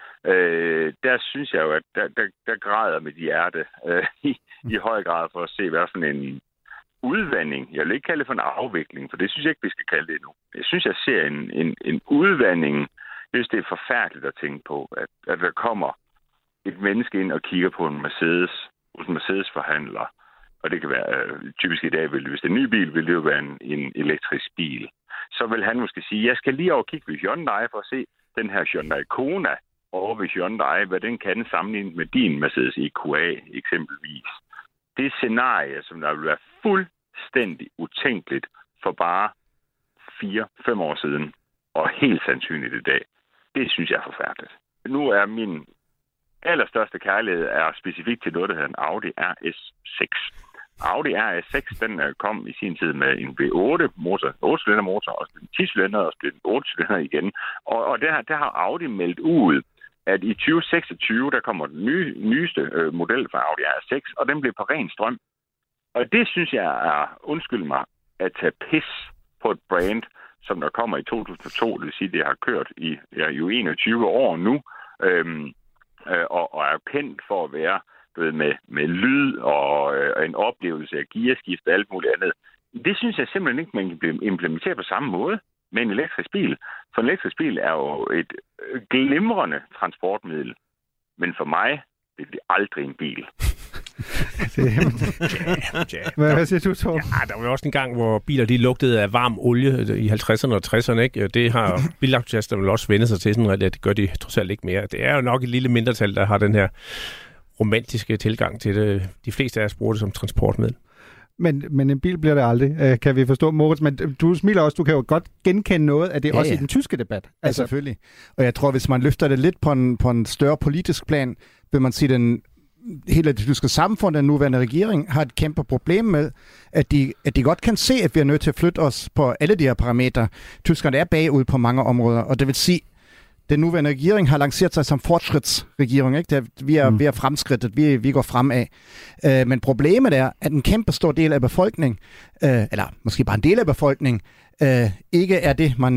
Øh, der synes jeg jo, at der, der, der græder mit hjerte øh, i, i høj grad for at se, hvad for en udvandring. Jeg vil ikke kalde det for en afvikling, for det synes jeg ikke, vi skal kalde det endnu. Jeg synes, jeg ser en, en, en udvandring. Jeg synes, det er forfærdeligt at tænke på, at, at der kommer et menneske ind og kigger på en Mercedes, hos en Mercedes-forhandler. Og det kan være, øh, typisk i dag, vil, hvis det er en ny bil, vil det jo være en, en elektrisk bil. Så vil han måske sige, jeg skal lige over kigge ved Hyundai for at se den her Hyundai Kona over ved Hyundai, hvad den kan sammenligne med din Mercedes E Q A eksempelvis. Det scenarie, som der vil være fuldstændig utænkeligt for bare fire, fem år siden, og helt sandsynligt i dag, det synes jeg er forfærdeligt. Nu er min allerstørste kærlighed er specifikt til noget, der hedder en Audi R S seks. Audi R S seks, den kom i sin tid med en V otte motor, otte-cylinder motor, og en ti-cylinder, og en otte-cylinder igen. Og, og der, der har Audi meldt ud, at i tyve seksogtyve, der kommer den nye, nyeste øh, model fra Audi R S seks, og den bliver på ren strøm. Og det synes jeg er, undskyld mig, at tage pis på et brand, som der kommer i to tusind og to, det vil sige, det har kørt i ja, jo enogtyve år nu, øhm, øh, og, og er kendt for at være du ved, med, med lyd og øh, en oplevelse af gearskift og alt muligt andet. Det synes jeg simpelthen ikke, man kan implementere på samme måde med en elektrisk bil. For en elektrisk bil er jo et glimrende transportmiddel, men for mig det er aldrig en bil. det, ja, ja. Hvad, hvad siger du, Torben? Ja, der var også en gang, hvor biler de lugtede af varm olie i halvtredserne og tresserne, ikke? Det har bilentusiaster vel også vendt sig til, sådan, at det gør de trods alt ikke mere. Det er jo nok et lille mindretal, der har den her romantiske tilgang til det. De fleste af os bruger det som transportmiddel. Men, men en bil bliver det aldrig, kan vi forstå, Moritz. Men du smiler også, du kan jo godt genkende noget af det, ja, også ja. i den tyske debat. Altså, ja, selvfølgelig. Og jeg tror, hvis man løfter det lidt på en, på en større politisk plan, vil man sige, den hele det tyske samfund, den nuværende regering, har et kæmpe problem med, at de, at de godt kan se, at vi er nødt til at flytte os på alle de her parametre. Tyskerne er bagud på mange områder, og det vil sige, den nuværende regering har lanceret sig som fortschrittsregering. Ikke? Det, vi, er, mm. vi er fremskridtet, vi, vi går fremad. Øh, men problemet er, at en kæmpe stor del af befolkningen, øh, eller måske bare en del af befolkningen, øh, ikke er det, man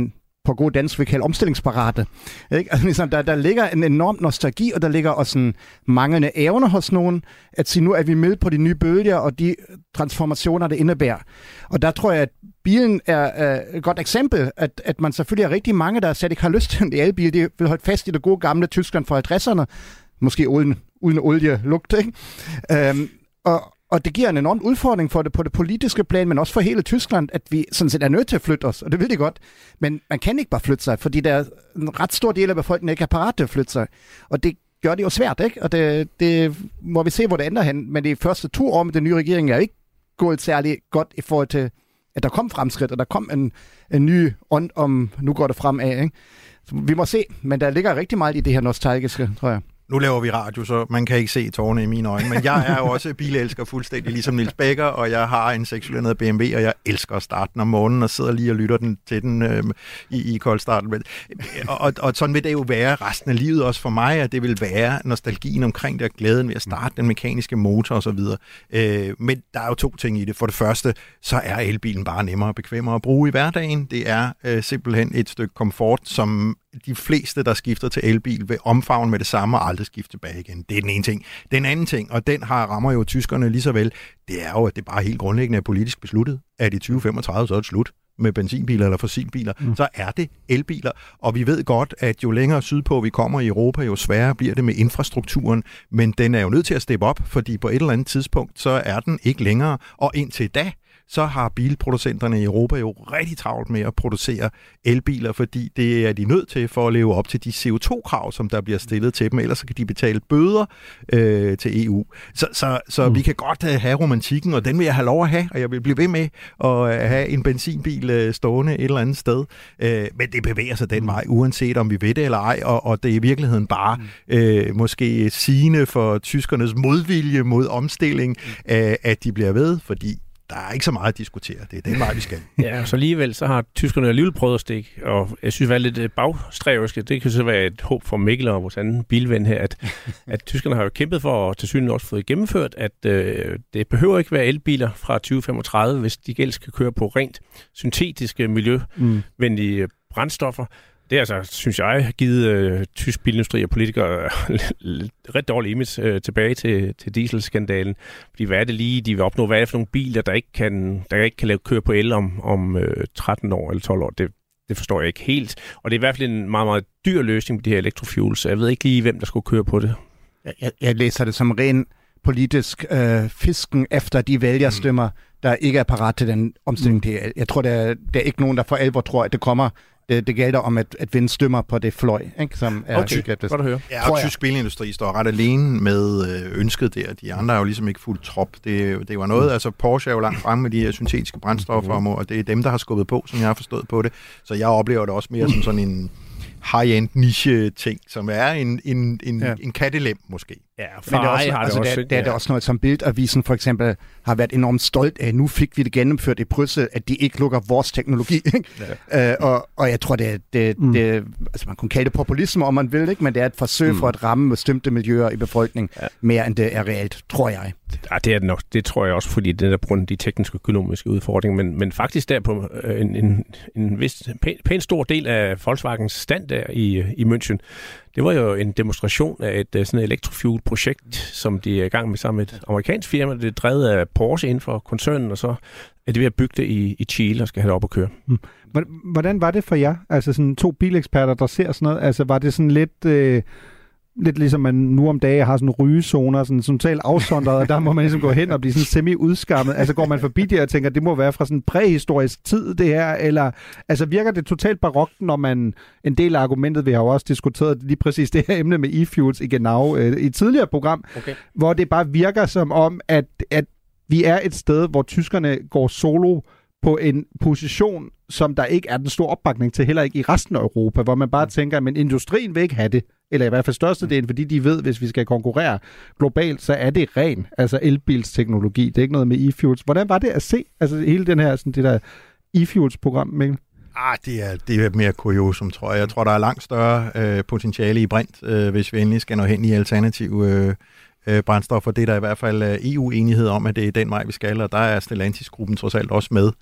på god dansk vil kalde omstillingsparate. Ikke? Altså, ligesom, der, der ligger en enorm nostalgi, og der ligger også en manglende evne hos nogen, at sige, nu er vi med på de nye bølger, og de transformationer, det indebærer. Og der tror jeg, at bilen er uh, et godt eksempel, at, at man selvfølgelig er rigtig mange, der slet ikke har lyst til en elbil. De vil holde fast i det gode gamle Tyskland fra halvtredserne, måske uden, uden olielugt, ikke? Um, og Og det giver en enorm udfordring for det på det politiske plan, men også for hele Tyskland, at vi sådan set er nødt til at flytte os, og det ved de godt. Men man kan ikke bare flytte sig, fordi der er en ret stor del af befolkningen, der ikke er parat til at flytte sig. Og det gør det jo svært, ikke? Og det, det må vi se, hvor det ender hen. Men de første to år med den nye regering er ikke gået særlig godt i forhold til, at der kom fremskridt, og der kom en, en ny ånd om, nu går det fremad, ikke? Så vi må se, men der ligger rigtig meget i det her nostalgiske, tror jeg. Nu laver vi radio, så man kan ikke se tårerne i mine øjne, men jeg er jo også bilelsker fuldstændig ligesom Niels Becker, og jeg har en sekscylindret B M W, og jeg elsker at starte den om morgenen og sidder lige og lytter den til den øh, i, i koldstarten. Og, og, og sådan vil det jo være resten af livet også for mig, at det vil være nostalgien omkring det og glæden ved at starte den mekaniske motor og så videre. Øh, men der er jo to ting i det. For det første, så er elbilen bare nemmere og bekvemmere at bruge i hverdagen. Det er øh, simpelthen et stykke komfort, som de fleste, der skifter til elbil, vil omfavne med det samme og aldrig skifte tilbage igen. Det er den ene ting. Den anden ting, og den har rammer jo tyskerne lige så vel, det er jo, at det bare helt grundlæggende er politisk besluttet, at i tyve femogtredive så er det slut med benzinbiler eller fossilbiler, mm. så er det elbiler. Og vi ved godt, at jo længere sydpå vi kommer i Europa, jo sværere bliver det med infrastrukturen, men den er jo nødt til at steppe op, fordi på et eller andet tidspunkt, så er den ikke længere. Og indtil da, så har bilproducenterne i Europa jo rigtig travlt med at producere elbiler, fordi det er de nødt til for at leve op til de C O to krav, som der bliver stillet til dem, ellers så kan de betale bøder øh, til E U. Så, så, så mm. vi kan godt have romantikken, og den vil jeg have lov at have, og jeg vil blive ved med at have en benzinbil øh, stående et eller andet sted. Øh, men det bevæger sig den vej, uanset om vi ved det eller ej, og, og det er i virkeligheden bare øh, måske sigende for tyskernes modvilje mod omstilling, øh, at de bliver ved, fordi der er ikke så meget at diskutere. Det er den vej, vi skal. Ja, så alligevel så har tyskerne alligevel prøvet at stikke, og jeg synes, det er lidt bagstrævisk. Det kan så være et håb for Mikkel og vores anden bilven her, at, at tyskerne har jo kæmpet for, og til synligheden også fået gennemført, at øh, det behøver ikke være elbiler fra tyve femogtredive, hvis de gælds kan køre på rent syntetiske, miljøvenlige mm. brændstoffer. Det er altså, synes jeg, givet øh, tysk bilindustri og politikere ret dårlig image øh, tilbage til, til dieselskandalen. Fordi hvad er det lige, de vil opnå? Hvad er det for nogle biler, der ikke kan, der ikke kan lave køre på el om, om øh, tretten år eller tolv år? Det, det forstår jeg ikke helt. Og det er i hvert fald en meget, meget dyr løsning på de her elektrofuels. Jeg ved ikke lige, hvem der skulle køre på det. Jeg, jeg læser det som ren politisk øh, fisken efter de vælgerstemmer, der ikke er parat til den omstilling. Mm. Jeg tror, der er, der er ikke nogen, der for alvor tror, at det kommer. Det, det gælder om at, at vinde stemmer på det fløj, ikke, som er okay. Godt at høre. Ja, og tysk bilindustri står ret alene med øh, ønsket der. De andre er jo ligesom ikke fuldt trop. Det, det var noget, altså Porsche er jo langt fremme med de her syntetiske brændstoffer, mm. og det er dem, der har skubbet på, som jeg har forstået på det. Så jeg oplever det også mere som sådan en high-end niche-ting, som er en, en, en, ja. en kattelem måske. Ja, men det er, også, har altså, det der, også, der, ja. der er også noget, som Bildavisen for eksempel har været enormt stolt af. Nu fik vi det gennemført i Bryssel, at de ikke lukker vores teknologi. Ja. øh, og, og jeg tror, det, det, mm. det altså man kunne kalde det populisme, om man vil, ikke, men det er et forsøg mm. for at ramme bestemte miljøer i befolkningen, ja. mere end det er reelt, tror jeg. Ja, det er det nok. Det tror jeg også, fordi det er på grund af de tekniske og økonomiske udfordringer. Men, men faktisk der på en, en, en vis, pæn, pæn stor del af Volkswagens stand der i, i München, det var jo en demonstration af et sådan et elektrofuel-projekt, som de er i gang med sammen med et amerikansk firma. Det er drevet af Porsche inden for koncernen, og så er de ved at bygge det i, i Chile og skal have det op at køre. Hvordan var det for jer? Altså sådan to bileksperter, der ser sådan noget. Altså var det sådan lidt... Øh lidt ligesom man nu om dagen har sådan rygezoner, sådan totalt afsondret, og der må man ligesom gå hen og blive sådan semi-udskammet. Altså går man forbi det og tænker, det må være fra sådan en præhistorisk tid, det her, eller altså virker det totalt barokt, når man, en del af argumentet, vi har jo også diskuteret lige præcis det her emne med e-fuels i Genau øh, i et tidligere program, okay. hvor det bare virker som om, at, at vi er et sted, hvor tyskerne går solo på en position, som der ikke er den store opbakning til, heller ikke i resten af Europa, hvor man bare tænker, men industrien vil ikke have det, eller i hvert fald størstedelen, fordi de ved, hvis vi skal konkurrere globalt, så er det ren, altså elbilsteknologi. Det er ikke noget med e-fuels. Hvordan var det at se, altså hele den her, sådan det der e-fuels-program, Mikkel? Ah, det er, det er mere kuriosum, tror jeg. Jeg tror, der er langt større øh, potentiale i brint, øh, hvis vi endelig skal nå hen i alternative øh, øh, brændstoffer. Det er der i hvert fald E U-enighed om, at det er den vej, vi skal, og der er Stellantis-gruppen trods alt også med.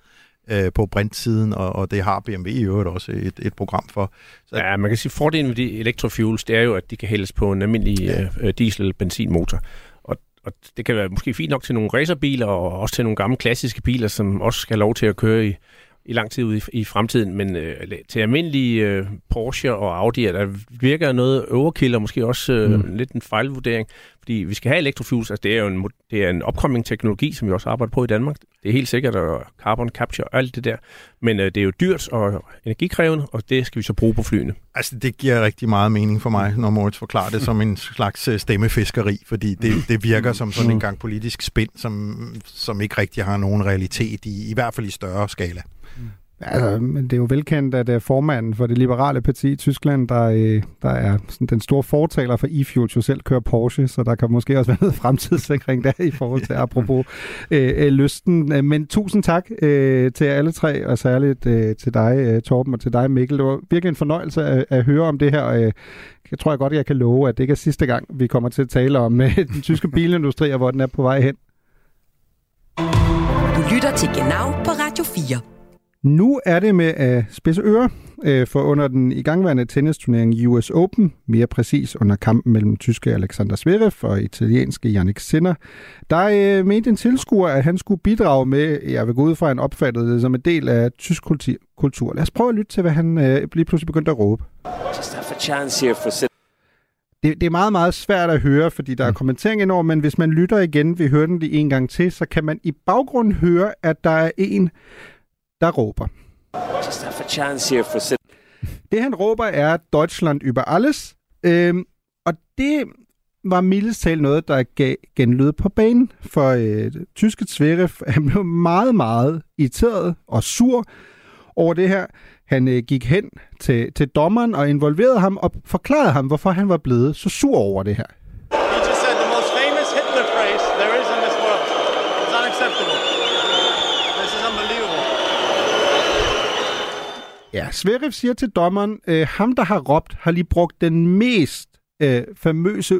øh, på brintsiden, og, og det har B M W i øvrigt også et, et program for. Så, ja, man kan sige, fordelen ved de electrofuels, det er jo, at de kan hældes på en almindelig ja. øh, diesel- eller benzinmotor. Og, og det kan være måske fint nok til nogle racerbiler, og også til nogle gamle klassiske biler, som også skal have lov til at køre i i lang tid ude i, i fremtiden, men øh, til almindelige øh, Porsche og Audi, der virker noget overkill, og måske også øh, mm. lidt en fejlvurdering, fordi vi skal have electrofuels, altså det er jo en, det er en opkommende teknologi, som vi også arbejder på i Danmark. Det er helt sikkert, og carbon capture og alt det der, men øh, det er jo dyrt og energikrævende, og det skal vi så bruge på flyene. Altså det giver rigtig meget mening for mig, når Moritz forklarer det som en slags stemmefiskeri, fordi det, det virker som sådan en gang politisk spind, som, som ikke rigtig har nogen realitet i, i hvert fald i større skala. Altså, men det er jo velkendt, at formanden for det liberale parti i Tyskland, der, der er sådan den store fortaler for e-fuels, jo selv kører Porsche, så der kan måske også være noget fremtidssikring der i forhold til apropos øh, lysten. Men tusind tak øh, til alle tre, og særligt øh, til dig, Torben, og til dig, Mikkel. Det var virkelig en fornøjelse at, at høre om det her. Øh, jeg tror jeg godt, jeg kan love, at det ikke er sidste gang, vi kommer til at tale om øh, den tyske bilindustri, og hvor den er på vej hen. Du lytter til Genau på Radio fire. Nu er det med at spidse ører, øh, for under den igangværende tennisturnering U S Open, mere præcis under kampen mellem tyske Alexander Zverev og italienske Jannik Sinner, der øh, mente en tilskuer, at han skulle bidrage med, jeg vil gå ud fra, en opfattet som en del af tysk kultur. Lad os prøve at lytte til, hvad han øh, lige pludselig begyndte at råbe. Just have a chance here for Sinner. Det, det er meget, meget svært at høre, fordi der er kommentering indover, men hvis man lytter igen, vi hører den lige en gang til, så kan man i baggrunden høre, at der er en, der råber. Just have a chance here for Sinner. Det han råber er Deutschland über alles, øhm, og det var mildest talt noget, der gav genlyd på banen, for øh, tyske Zverev, han blev meget, meget irriteret og sur over det her. Han øh, gik hen til, til dommeren og involverede ham og forklarede ham, hvorfor han var blevet så sur over det her. He just said the most famous Hitler phrase there is in this world. It's unacceptable. This is unbelievable. Ja, Zverev siger til dommeren, øh, ham der har råbt, har lige brugt den mest øh, famøse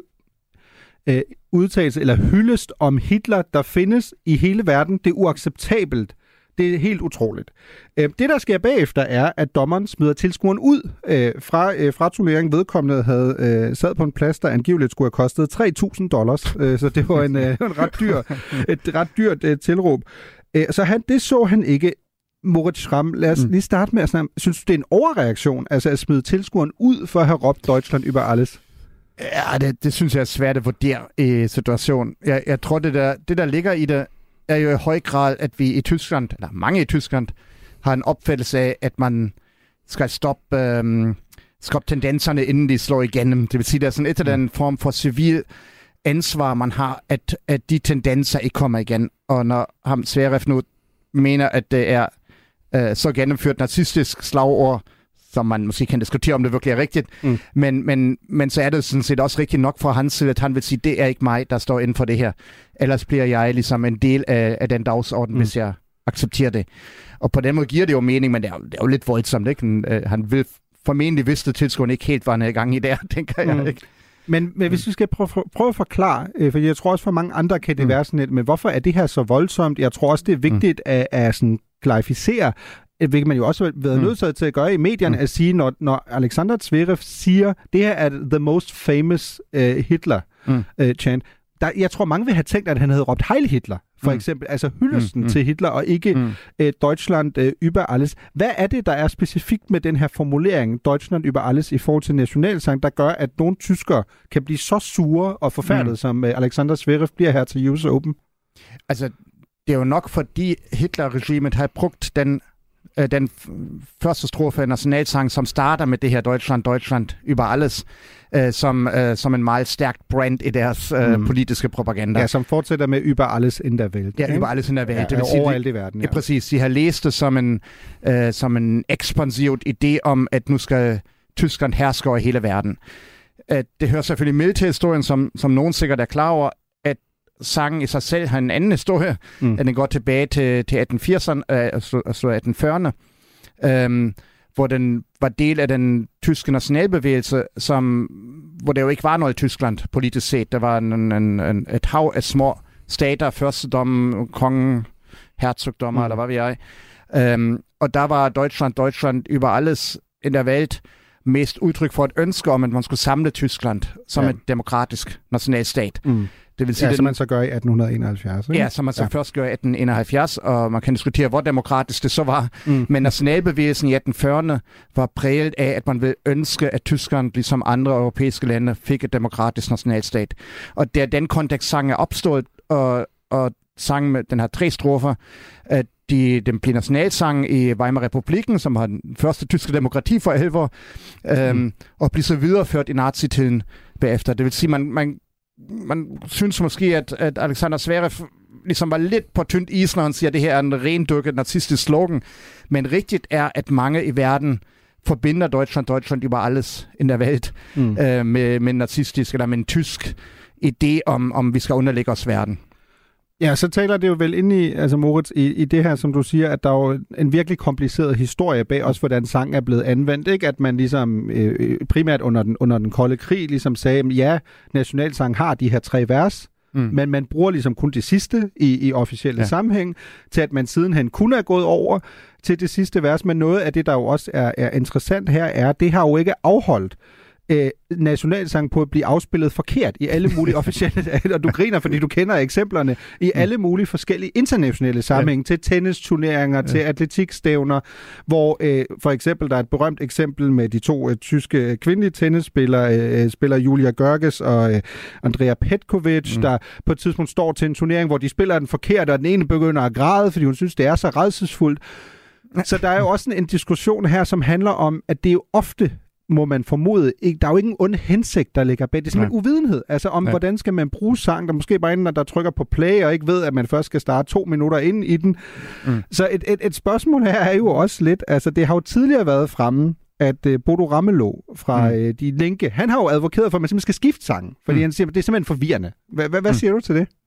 øh, udtalelse eller hyldest om Hitler, der findes i hele verden. Det er uacceptabelt. Det er helt utroligt. Det, der sker bagefter, er, at dommeren smider tilskueren ud øh, fra, øh, fra turneringen. Vedkommende havde øh, sad på en plads, der angiveligt skulle have kostet tre tusind dollars. Øh, så det var en, øh, en ret dyr, et ret dyrt øh, tilråb. Øh, så han, det så han ikke. Moritz Schramm, lad os lige starte med at snakke. Synes du, det er en overreaktion, altså at smide tilskueren ud for at have råbt Deutschland über alles? Ja, det, det synes jeg er svært at vurdere i situationen. Jeg, jeg tror, det der, det der ligger i det, er jo i høj grad, at vi i Tyskland, eller mange i Tyskland, har en opfattelse af, at man skal stoppe, øhm, stoppe tendenserne, inden de slår igennem. Det vil sige, at der er sådan et eller andet form for civil ansvar, man har, at, at de tendenser ikke kommer igen. Og når ham Zverev nu mener, at det er øh, så gennemført nazistisk slagord, som man måske kan diskutere, om det virkelig er rigtigt, mm. men, men, men så er det sådan set også rigtigt nok fra hans side, at han vil sige, det er ikke mig, der står inden for det her. Ellers bliver jeg ligesom en del af, af den dagsorden, mm. hvis jeg accepterer det. Og på den måde giver det jo mening, men det er jo, det er jo lidt voldsomt, ikke? Han, øh, han vil formentlig vidste, at tilskueren ikke helt var i gang i der, tænker jeg, mm. ikke? Men, men hvis vi skal prøve, prøve at forklare, øh, for jeg tror også for mange andre kan det mm. være sådan lidt, men hvorfor er det her så voldsomt? Jeg tror også, det er vigtigt mm. at, at sådan klarificere, hvilket man jo også har været nødt mm. til at gøre i medierne, mm. at sige, når, når Alexander Zverev siger, det her er the most famous uh, Hitler-chant, mm. uh, der, jeg tror, mange vil have tænkt, at han havde råbt Heil Hitler, for mm. eksempel, altså hyldesten mm. til Hitler, og ikke mm. uh, Deutschland uh, über alles. Hvad er det, der er specifikt med den her formulering, Deutschland über alles, i forhold til nationalsang, der gør, at nogle tyskere kan blive så sure og forfærdet, mm. som uh, Alexander Zverev bliver her til U S Open? Altså, det er jo nok, fordi Hitler-regimet har brugt den den første strofe af nationalsang, som starter med det her Deutschland, Deutschland über alles, øh, som, øh, som en meget stærkt brand i deres øh, mm. politiske propaganda. Ja, som fortsætter med über alles in der Welt. Ja, über alles in der Welt. Ja, det vil sige, overalt i verden. Ja. Ja, præcis. De har læst det som en, øh, som en ekspansivt idé om, at nu skal Tyskland herske over hele verden. Øh, det hører selvfølgelig med til historien, som, som nogen sikkert er klar over, sangen i sig selv har en anden historie, mm. at den går tilbage til, til atten firserne, øh, altså atten fyrrerne, øh, hvor den var del af den tyske nationalbevægelse, som, hvor der jo ikke var noget i Tyskland politisk set. Der var en, en, en, et hav af små stater, førstedom, kongen, hertugdommer, mm. eller hvad ved jeg. Um, og der var Deutschland, Deutschland über alles in der Welt mest udtryk for et ønske om, at man skulle samle Tyskland som ja. et demokratisk nationalstat. Mm. Det vil sige, ja, den, som man så gør i atten enoghalvfjerds. Ikke? Ja, som man så ja. først gør i atten enoghalvfjerds, og man kan diskutere, hvor demokratisk det så var. Mm. Men nationalbevægelsen i atten fyrrerne var præget af, at man ville ønske, at Tyskland, ligesom andre europæiske lande, fik et demokratisk nationalstat. Og der den kontekst sang er opstået, og, og sang med den her tre strofer, at de, den blev nationalsang i Weimar-republikken, som var den første tyske demokrati for alvor, øhm, mm. og blev så videreført i nazitiden bagefter. Det vil sige, man, man, man synes måske, at, at Alexander Zverev ligesom var lidt på tyndt is, når han siger, at det her er en rendyrket nazistisk slogan. Men rigtigt er, at mange i verden forbinder Deutschland, Deutschland über alles in der Welt mm. øh, med, med en nazistisk eller med en tysk idé om, om vi skal underlægge os verden. Ja, så taler det jo vel ind i, altså Moritz, i, i det her, som du siger, at der er jo en virkelig kompliceret historie bag, også hvordan sang er blevet anvendt, ikke? At man ligesom øh, primært under den, under den kolde krig ligesom sagde, at ja, nationalsang har de her tre vers, mm. men man bruger ligesom kun det sidste i, i officielle ja. sammenhæng, til at man sidenhen kun er gået over til det sidste vers, men noget af det, der jo også er, er interessant her, er, at det har jo ikke afholdt Øh, nationalsang på at blive afspillet forkert i alle mulige officielle, og du griner, fordi du kender eksemplerne, i alle mulige forskellige internationale sammenhænge, ja. til tennisturneringer, ja. til atletikstævner, hvor øh, for eksempel der er et berømt eksempel med de to øh, tyske kvindelige tennisspillere, øh, spiller Julia Görges og øh, Andrea Petkovic, mm. der på et tidspunkt står til en turnering, hvor de spiller den forkert, og den ene begynder at græde, fordi hun synes, det er så rædselsfuldt. Så der er jo også en, en diskussion her, som handler om, at det er jo ofte må man formode, ikke, der er jo ikke en ond hensigt, der ligger bag. Det er simpelthen Nej. uvidenhed, altså om, Nej. hvordan skal man bruge sang, der måske bare inden, der trykker på play, og ikke ved, at man først skal starte to minutter ind i den. Mm. Så et, et, et spørgsmål her er jo også lidt, altså det har jo tidligere været fremme, at uh, Bodo Ramelow fra mm. uh, De Linke, han har jo advokeret for, at man simpelthen skal skifte sangen, fordi mm. han siger, at det er simpelthen forvirrende. H- h- hvad mm. siger du til det?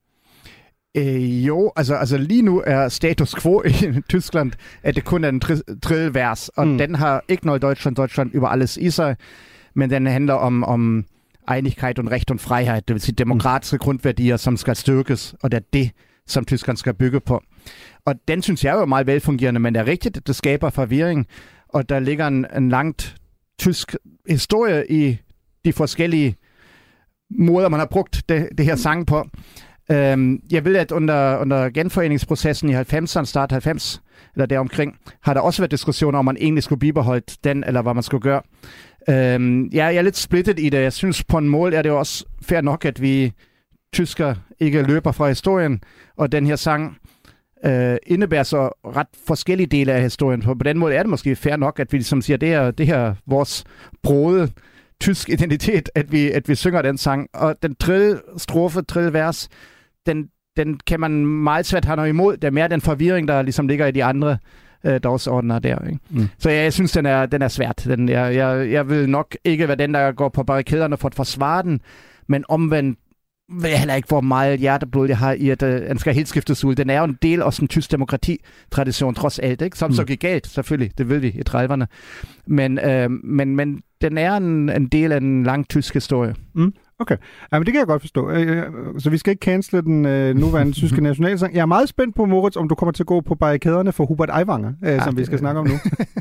Øh, jo, altså, altså lige nu er status quo i Tyskland, at det kun er en tredje vers, og mm. den har ikke noget Deutschland, Deutschland über alles i sig, men den handler om, om Einigkeit und Recht und Freiheit, det vil sige demokratiske mm. grundværdier, som skal styrkes, og det er det, som Tyskland skal bygge på. Og den synes jeg jo er meget velfungerende, men det er rigtigt, at det skaber forvirring, og der ligger en, en langt tysk historie i de forskellige måder, man har brugt det, det her sang på. Um, jeg ved, at under, under genforeningsprocessen i halvfemserne, start halvfems, eller deromkring, har der også været diskussioner om, man egentlig skulle bibeholde den, eller hvad man skulle gøre. Um, ja, jeg er lidt splittet i det. Jeg synes, på en mål er det jo også fair nok, at vi tysker ikke løber fra historien, og den her sang uh, indebærer så ret forskellige dele af historien. På den måde er det måske fair nok, at vi ligesom siger, det her, det her vores brode tysk identitet, at vi, at vi synger den sang. Og den tredje strofe, tredje vers, den, den kan man meget svært have noget imod. Det er mere den forvirring, der ligesom ligger i de andre øh, dagsordner der. Ikke? Mm. Så jeg, jeg synes, den er, den er svært. Den, jeg, jeg, jeg vil nok ikke være den, der går på barrikaderne for at forsvare den, men omvendt vil jeg heller ikke, hvor meget hjerteblod jeg har i, at øh, den skal helt skiftes ud. Den er jo en del af sådan en tysk demokrati-tradition, trods alt, ikke? Som mm. så gik galt, selvfølgelig. Det ved vi i trediverne. Men, øh, men, men den er en, en del af en lang tysk historie. Mm. Okay. Ja, men det kan jeg godt forstå. Så vi skal ikke cancele den øh, nuværende tyske nationalsang. Jeg er meget spændt på, Moritz, om du kommer til at gå på barrikaderne for Hubert Aiwanger, øh, ja, som vi skal det. snakke om nu.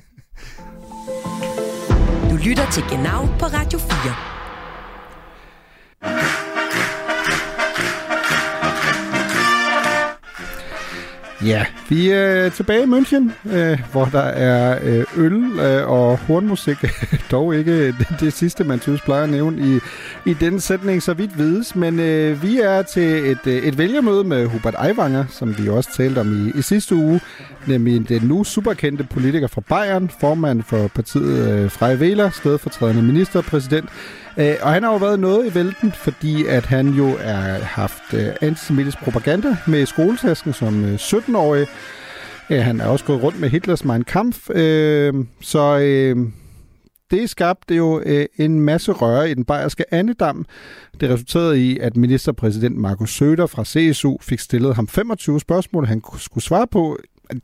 Du lytter til Genau på Radio fire. Ja, vi er tilbage i München, øh, hvor der er øh, øl øh, og hornmusik. Dog ikke det, det sidste, man synes plejer at nævne i, i denne sætning, så vidt vides. Men øh, vi er til et, et vælgermøde med Hubert Aiwanger, som vi også talte om i, i sidste uge. Nemlig den nu superkendte politiker fra Bayern, formand for partiet øh, Freie Wähler, stedfortrædende ministerpræsident. Øh, og han har jo været noget i vælten, fordi at han jo har haft øh, antisemitisk propaganda med i skoletasken som øh, sytten-årig. Øh, han er også gået rundt med Hitlers Mein Kampf. Øh, så øh, det skabte jo øh, en masse røre i den bayerske andedam. Det resulterede i, at ministerpræsident Markus Söder fra C S U fik stillet ham femogtyve spørgsmål, han skulle svare på.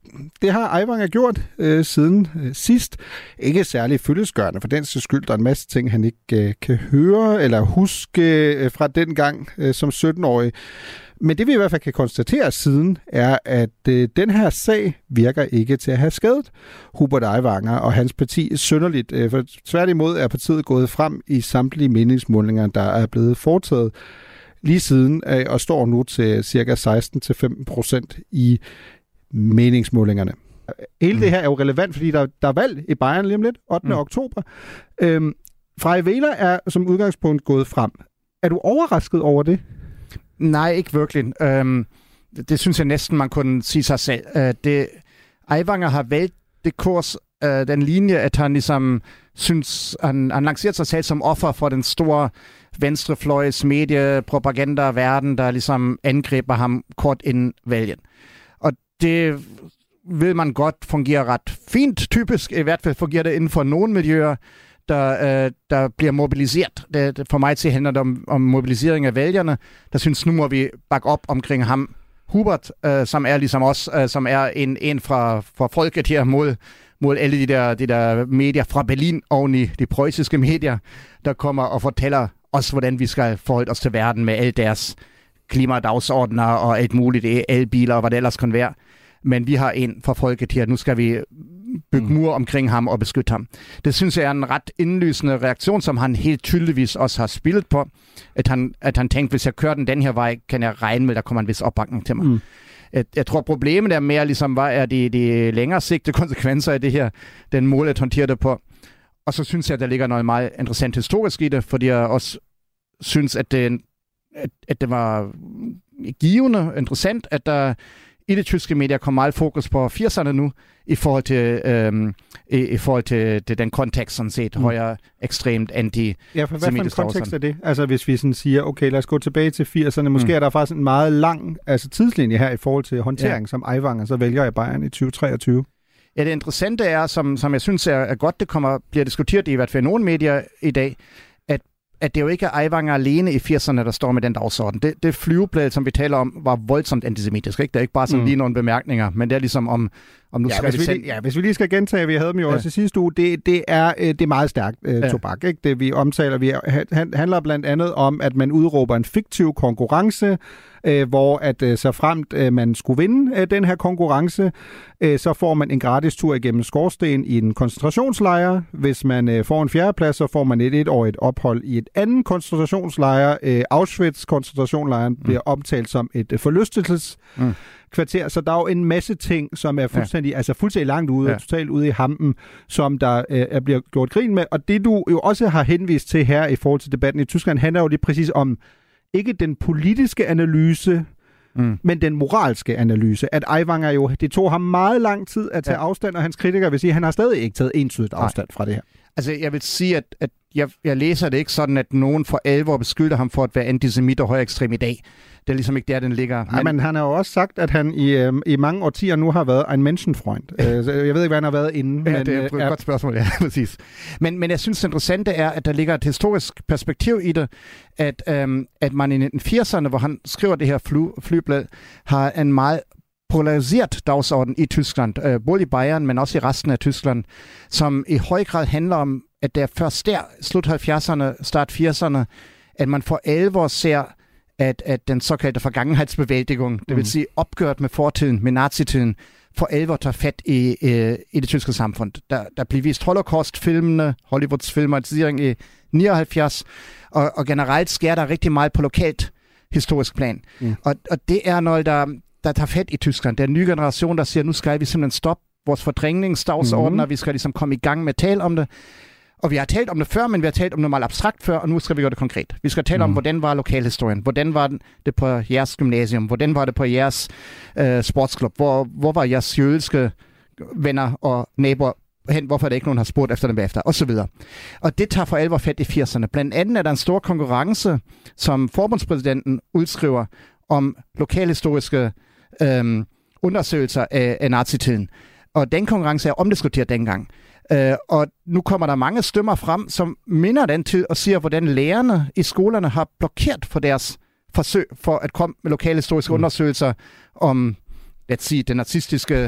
det har Aiwanger gjort øh, siden øh, sidst. Ikke særlig fyldestgørende, for den skyld, der er en masse ting, han ikke øh, kan høre eller huske øh, fra den gang øh, som sytten-årig. Men det vi i hvert fald kan konstatere siden, er, at øh, den her sag virker ikke til at have skadet Hubert Aiwanger og hans parti synderligt. Øh, for tværtimod er partiet gået frem i samtlige meningsmålinger, der er blevet foretaget lige siden, øh, og står nu til cirka seksten til femten procent i meningsmålingerne. Hele mm. det her er jo relevant, fordi der, der er valg i Bayern lige om lidt, ottende Mm. oktober. Øhm, Freja Wähler er som udgangspunkt gået frem. Er du overrasket over det? Nej, ikke virkelig. Øhm, det, det synes jeg næsten, man kunne sige sig selv. Øh, det, Aiwanger har valgt det kurs, øh, den linje, at han ligesom synes, han, han lancerer sig selv som offer for den store venstrefløjs mediepropagandaverden, der ligesom angriber ham kort inden valget. Og det vil man godt fungere ret fint, typisk. I hvert fald fungerer det inden for nogle miljøer, der, øh, der bliver mobiliseret. Det, det, for mig til handler det om, om mobilisering af vælgerne, der synes, nu må vi bakke op omkring ham, Hubert, øh, som er ligesom os, øh, som er en, en fra, fra folket her mod, mod alle de der, de der medier fra Berlin oven i de preussiske medier, der kommer og fortæller os, hvordan vi skal forholde os til verden med alle deres klimadagsordner og alt muligt, elbiler og hvad det ellers kan være. Men vi har en fra folket her. Nu skal vi bygge mur omkring ham og beskytte ham. Det synes jeg er en ret indlysende reaktion, som han helt tydeligvis også har spillet på. At han, at han tænkte, hvis jeg kører den den her vej, kan jeg regne med, der kommer en vis opbakning til mig. Mm. Jeg, jeg tror, problemet er mere ligesom, hvad er de, de længere sigte konsekvenser af det her, den måde at håndtere det på. Og så synes jeg, at der ligger noget meget interessant historisk i det, fordi jeg også synes, at det, at, at det var givende, interessant, at der i det tyske medier kom meget fokus på firserne nu, i forhold til, øhm, i, i forhold til, til den kontekst, sådan set, mm. højere ekstremt anti Ja, for hvad for en kontekst er det? Altså hvis vi sådan siger, okay, lad os gå tilbage til firserne, måske mm. er der faktisk en meget lang altså, tidslinje her i forhold til håndtering, ja. som Aiwanger så vælger i Bayern i tyve treogtyve. Ja, det interessante er, som, som jeg synes er, er godt, det kommer, bliver diskuteret i hvert fald nogle medier i dag, at at det jo ikke er Aiwanger alene i firserne, der står med den dagsorden. Det, det flyveblad, som vi taler om, var voldsomt antisemitisk. Ikke? Det er ikke bare sådan mm. lige nogle bemærkninger, men det er ligesom om, om nu ja, skal hvis vi, selv... lige, ja, hvis vi lige skal gentage, vi havde dem jo ja. også i sidste uge, det, det, er, det er meget stærkt øh, ja. tobak. Ikke? Det vi omtaler, vi handler blandt andet om, at man udråber en fiktiv konkurrence, øh, hvor at øh, så fremt øh, man skulle vinde øh, den her konkurrence, øh, så får man en gratis tur igennem skorsten i en koncentrationslejr. Hvis man øh, får en fjerdeplads, så får man et etårigt ophold i et andet koncentrationslejr. Øh, Auschwitz-koncentrationslejren bliver mm. omtalt som et øh, forlystelses mm. kvarter, så der er jo en masse ting, som er fuldstændig, ja. altså fuldstændig langt ude, ja. totalt ude i hampen, som der øh, bliver gjort grin med. Og det du jo også har henvist til her i forhold til debatten i Tyskland, handler jo lige præcis om ikke den politiske analyse, mm. men den moralske analyse. At Aiwanger jo, det tog ham meget lang tid at tage ja. afstand, og hans kritikere vil sige, at han har stadig ikke taget entydigt afstand Nej. fra det her. Altså, jeg vil sige, at, at jeg, jeg læser det ikke sådan, at nogen for alvor beskylder ham for at være antisemit og højekstrem i dag. Det er ligesom ikke der, den ligger. Nej, men, men han har jo også sagt, at han i, øh, i mange årtier nu har været en Menschenfreund. øh, jeg ved ikke, hvad han har været inden. Ja, men, det er et øh, godt spørgsmål, ja, præcis. Men, men jeg synes, det interessante er, at der ligger et historisk perspektiv i det, at, øhm, at man i nitten firserne, hvor han skriver det her fly, flyblad, har en meget polariseret dagsorden i Tyskland, øh, både i Bayern, men også i resten af Tyskland, som i høj grad handler om, at det er først der, slut halvfjerdserne, start firserne, at man for alvor ser, at, at den såkaldte forgangenhedsbevældigung, det vil mm. sige opgøret med fortiden, med nazitiden, for alvor tager fat i, i, i det tyske samfund. Der, der bliver vist Holocaust-filmene, Hollywoods filmatisering i nioghalvfjerds, og, og generelt sker der rigtig meget på lokalt historisk plan. Mm. Og, og det er noget, der, der tager fat i Tyskland. Der er en ny generation, der siger, nu skal vi simpelthen stoppe vores fordrængningsdagsordner, mm. vi skal ligesom komme i gang med at tale om det. Og vi har talt om det før, men vi har talt om det meget abstrakt før, og nu skal vi gøre det konkret. Vi skal tale mm. om, hvordan var lokalhistorien, hvordan var det på jeres gymnasium, hvordan var det på jeres øh, sportsklub, hvor, hvor var jeres jødiske venner og naboer hen, hvorfor er det ikke nogen, har spurgt efter dem bagefter, og så videre. Og det tager for alvor fat i firserne. Blandt andet er der en stor konkurrence, som forbundspræsidenten udskriver om lokalhistoriske øh, undersøgelser af, af nazitiden. Og den konkurrence er omdiskuteret dengang. Uh, og nu kommer der mange stemmer frem, som minder den tid og siger, hvordan lærerne i skolerne har blokeret for deres forsøg for at komme med lokale historiske mm. undersøgelser om, lad os sige, den nazistiske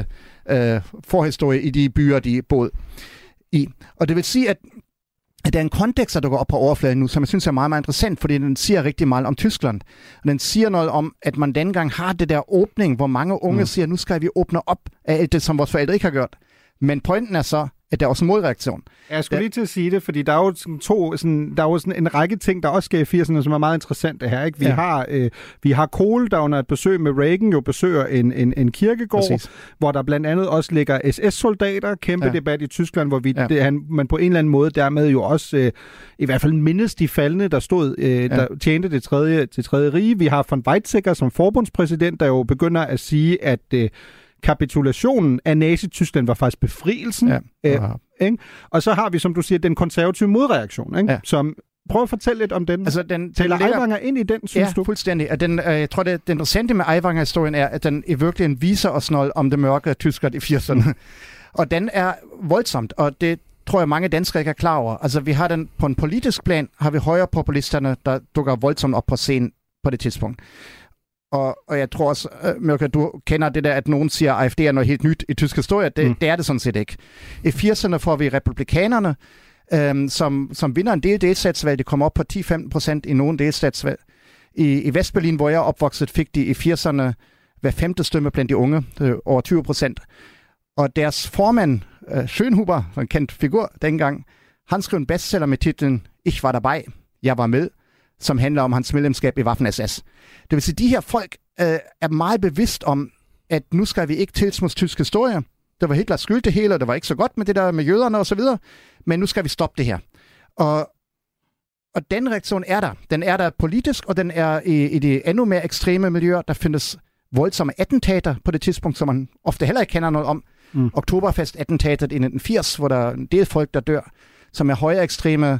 øh, forhistorie i de byer, de boede i. Og det vil sige, at at der er en kontekst, der går op på overfladen nu, som jeg synes er meget, meget interessant, fordi den siger rigtig meget om Tyskland. Og den siger noget om, at man dengang har det der åbning, hvor mange unge mm. siger, nu skal vi åbne op af alt det, som vores forældre ikke har gjort. Men pointen er så, at der er også en modreaktion. Jeg skulle lige til at sige det, fordi der er jo sådan to, sådan, der er jo sådan en række ting, der også sker i firserne, som er meget interessante her. Ikke? Vi, ja. har, øh, vi har Kohl, der under et besøg med Reagan jo besøger en, en, en kirkegård, Præcis. hvor der blandt andet også ligger S S-soldater. Kæmpe ja. debat i Tyskland, hvor vi, ja. det, han, man på en eller anden måde dermed jo også, øh, i hvert fald mindes de faldne, der stod, øh, ja. der tjente det tredje, det tredje rige. Vi har von Weizsäcker som forbundspræsident, der jo begynder at sige, at øh, kapitulationen af Nazi-Tyskland var faktisk befrielsen. Ja. Øh, ikke? Og så har vi, som du siger, den konservative modreaktion, ikke? Ja. Som prøv at fortælle lidt om den. Altså, den Taler ligger... Aiwanger ind i den, synes ja, du? Ja, fuldstændig. At den, øh, jeg tror, det, det interessante med Aiwanger-historien er, at den i virkeligheden viser os noget om det mørke af Tyskland i firserne. Mm. Og den er voldsomt, og det tror jeg, mange danskere ikke er klar over. Altså, vi har den på en politisk plan, har vi højrepopulisterne, der dukker voldsomt op på scenen på det tidspunkt. Og, og jeg tror også, uh, Mørke, du kender det der, at nogen siger, at A F D er noget helt nyt i tysk historie. Det, mm. det er det sådan set ikke. I firserne får vi republikanerne, øhm, som, som vinder en del delstatsvalg. De kommer op på ti til femten procent i nogle delstatsvalg. I, i Vestberlin, hvor jeg er opvokset, fik de i firserne hver femte stemme blandt de unge, over tyve procent. Og deres formand, uh, Schönhuber, en kendt figur dengang, han skrev en bestseller med titlen Ich war dabei, jeg var med, som handler om hans medlemskab i Waffen-S S. Det vil sige, at de her folk øh, er meget bevidst om, at nu skal vi ikke tilsmuds tysk historie. Det var helt klart skyld det hele, og det var ikke så godt med det der med jøderne osv., men nu skal vi stoppe det her. Og, og den reaktion er der. Den er der politisk, og den er i, i de endnu mere ekstreme miljøer. Der findes voldsomme attentater på det tidspunkt, som man ofte heller ikke kender noget om. Mm. Oktoberfest-attentatet i nitten firs, hvor der er en del folk, der dør, som er højere ekstreme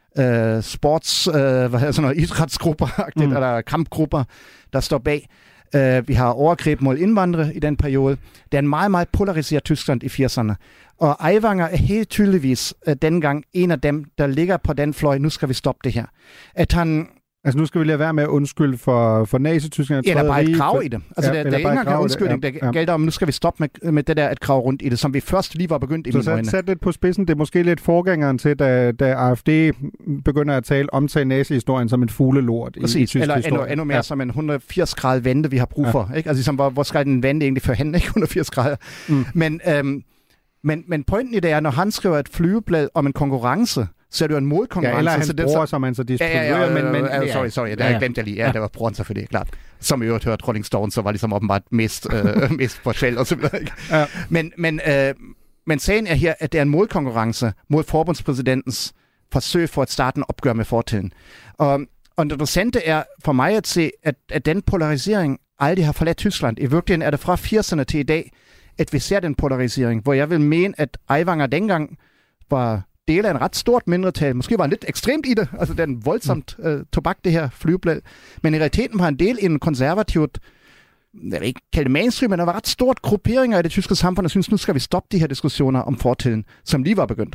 Uh, sports, uh, hvad hedder sådan noget, idrætsgrupper, mm. eller kampgrupper, der står bag. Uh, vi har overgreb mod indvandrere i den periode. Det er en meget, meget polariseret Tyskland i firserne. Og Aiwanger er helt tydeligvis uh, dengang en af dem, der ligger på den fløj, nu skal vi stoppe det her. At han... Altså nu skal vi lade være med at undskylde for, for Nazi-Tyskland. Eller bare et krav i det. Altså ja, der, der er ikke engang en undskyldning. Det, ja, ja. gælder om, nu skal vi stoppe med, med det der et krav rundt i det, som vi først lige var begyndt i så mine øjne. Så sat lidt på spidsen. Det er måske lidt forgængeren til, da, da A F D begynder at tale omtale nazi-historien som en fuglelort i, i tysk Eller historie. Endnu, endnu mere ja. som en hundrede og firs grader vente, vi har brug for. Ja. Ikke? Altså ligesom, hvor, hvor skal den vente egentlig førhen? Ikke hundrede og firs grader. Mm. Men, øhm, men, men pointen i det er, når han skriver et flyveblad om en konkurrence, så er det jo en modkonkurrence. Ja, eller hans bror, som han så distribuerer. Ja, ja, men, men, ja, sorry, sorry, det har jeg glemt jeg lige. Ja, ja. Det var broren selvfølgelig, klart. Som i øvrigt hørte Rolling Stones, så var ligesom åbenbart mest, øh, mest på sjæl og så videre. Ja. Men, men, øh, men sagen er her, at det er en modkonkurrence mod forbundspræsidentens forsøg for at starte en opgør med fortiden. Og, og det interessante er for mig at se, at, at den polarisering aldrig har forladt Tyskland. I virkeligheden er det fra firserne til i dag, at vi ser den polarisering, hvor jeg vil mene, at Aiwanger dengang var del af en ret stort mindretal. Måske var han lidt ekstremt i det. Altså, det er en voldsomt øh, tobak, det her flyveblad. Men i realiteten var han del i en konservativt, jeg vil ikke kalde det mainstream, men der var ret stort grupperinger i det tyske samfund, og synes, nu skal vi stoppe de her diskussioner om fortiden, som lige var begyndt.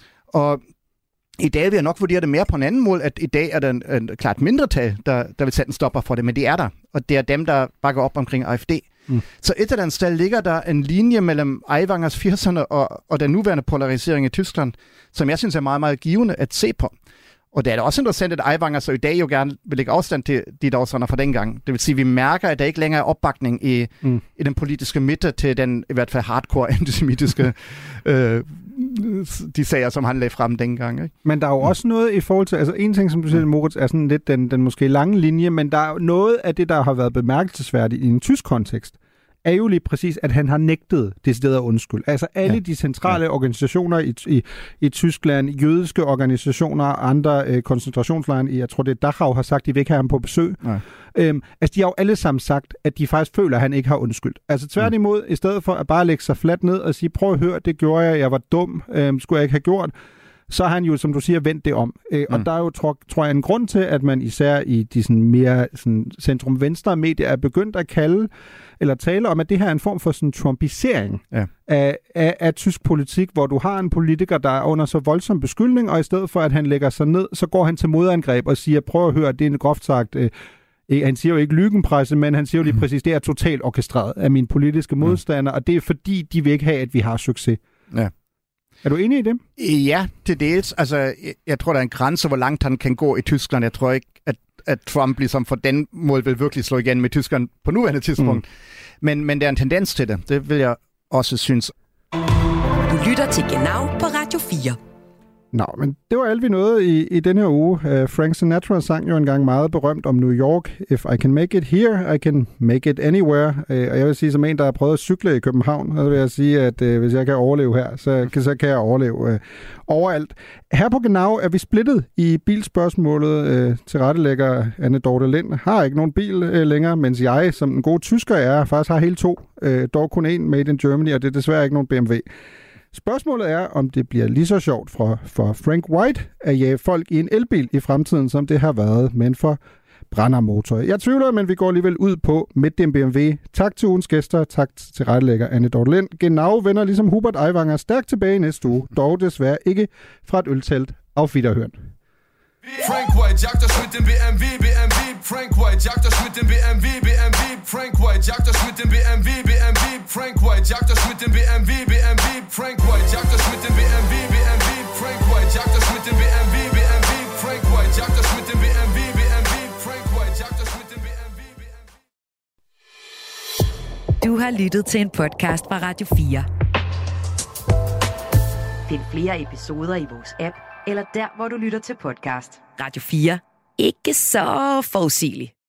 Og i dag vil jeg nok vurdere det mere på en anden måde, at i dag er der en, en klart mindretal, der, der vil sætte en stopper for det, men det er der. Og det er dem, der bakker op omkring A F D. Mm. Så et eller andet sted ligger der en linje mellem Aiwangers firserne og, og den nuværende polarisering i Tyskland, som jeg synes er meget, meget givende at se på. Og det er da også interessant, at Aiwanger så i dag jo gerne vil lægge afstand til de dagsordner fra dengang. Det vil sige, at vi mærker, at der ikke længere er opbakning i, mm. i den politiske midte til den i hvert fald hardcore antisemitiske øh, de sager, som han lagde frem dengang. Ikke? Men der er jo også noget i forhold til, altså en ting, som du siger, Moritz, er sådan lidt den, den måske lange linje, men der er jo noget af det, der har været bemærkelsesværdigt i en tysk kontekst, er jo lige præcis, at han har nægtet decideret undskyld. Altså alle ja. de centrale ja. organisationer i, i, i Tyskland, jødiske organisationer og andre øh, koncentrationslejre, jeg tror det er Dachau, har sagt, at de vil ikke have ham på besøg. Øhm, altså de har jo alle sammen sagt, at de faktisk føler, at han ikke har undskyldt. Altså tværtimod, mm. i stedet for at bare lægge sig fladt ned og sige, prøv at høre, det gjorde jeg, jeg var dum, øhm, skulle jeg ikke have gjort, så har han jo, som du siger, vendt det om. Øh, mm. Og der er jo, tror, tror jeg, en grund til, at man især i de sådan mere sådan, centrum-venstre medier er begyndt at kalde eller tale om, at det her er en form for sådan trumpisering ja. af, af, af tysk politik, hvor du har en politiker, der er under så voldsom beskyldning, og i stedet for, at han lægger sig ned, så går han til modangreb og siger, prøv at høre, det er en groft sagt, øh, han siger jo ikke lügenpresse, men han siger jo lige præcis, det er totalt orkestreret af mine politiske modstandere, og det er fordi, de vil ikke have, at vi har succes. Ja. Er du enig i det? Ja, til dels. Altså, jeg, jeg tror, der er en grænse, hvor langt han kan gå i Tyskland. Jeg tror ikke, at, at Trump ligesom for den måde vil virkelig slå igen med Tyskland på nuværende tidspunkt. Mm. Men, men der er en tendens til det. Det vil jeg også synes. Du lytter til Genau på Radio fire. Nå, men det var alt vi nåede i, i denne her uge. Uh, Frank Sinatra sang jo engang meget berømt om New York. If I can make it here, I can make it anywhere. Uh, og jeg vil sige, som en, der har prøvet at cykle i København, så vil jeg sige, at uh, hvis jeg kan overleve her, så kan, så kan jeg overleve uh, overalt. Her på Genau er vi splittet i bilspørgsmålet. Uh, tilrettelægger Anne Dorte Lind har ikke nogen bil uh, længere, mens jeg, som en god tysker er, faktisk har hele to. Uh, dog kun en made in Germany, og det er desværre ikke nogen B M W. Spørgsmålet er, om det bliver lige så sjovt for, for Frank White at jage folk i en elbil i fremtiden, som det har været, men for brændermotor. Jeg tvivler, men vi går alligevel ud på med den B M W. Tak til ugens gæster, tak til rettelægger Anne Dorte Lind. Genau vender ligesom Hubert Aiwanger stærkt tilbage næste uge, dog desværre ikke fra et øltelt. Auf Wiederhören. Frank White jagt os med den B M W, B M W. Frank White jagt os med den B M W, B M W. Frank White jagt os med den B M W, B M W. Frank White jagt os med den B M W, B M W. Frank White jagt os med den B M W, B M W. Frank White jagt os med den B M W, B M W. Frank White jagt os med den B M W, B M W. Frank White jagt os med den B M W, B M W. Du har lyttet til en podcast fra Radio fire. Find flere episoder i vores app, eller der, hvor du lytter til podcast. Radio fire. Ikke så forudsigeligt.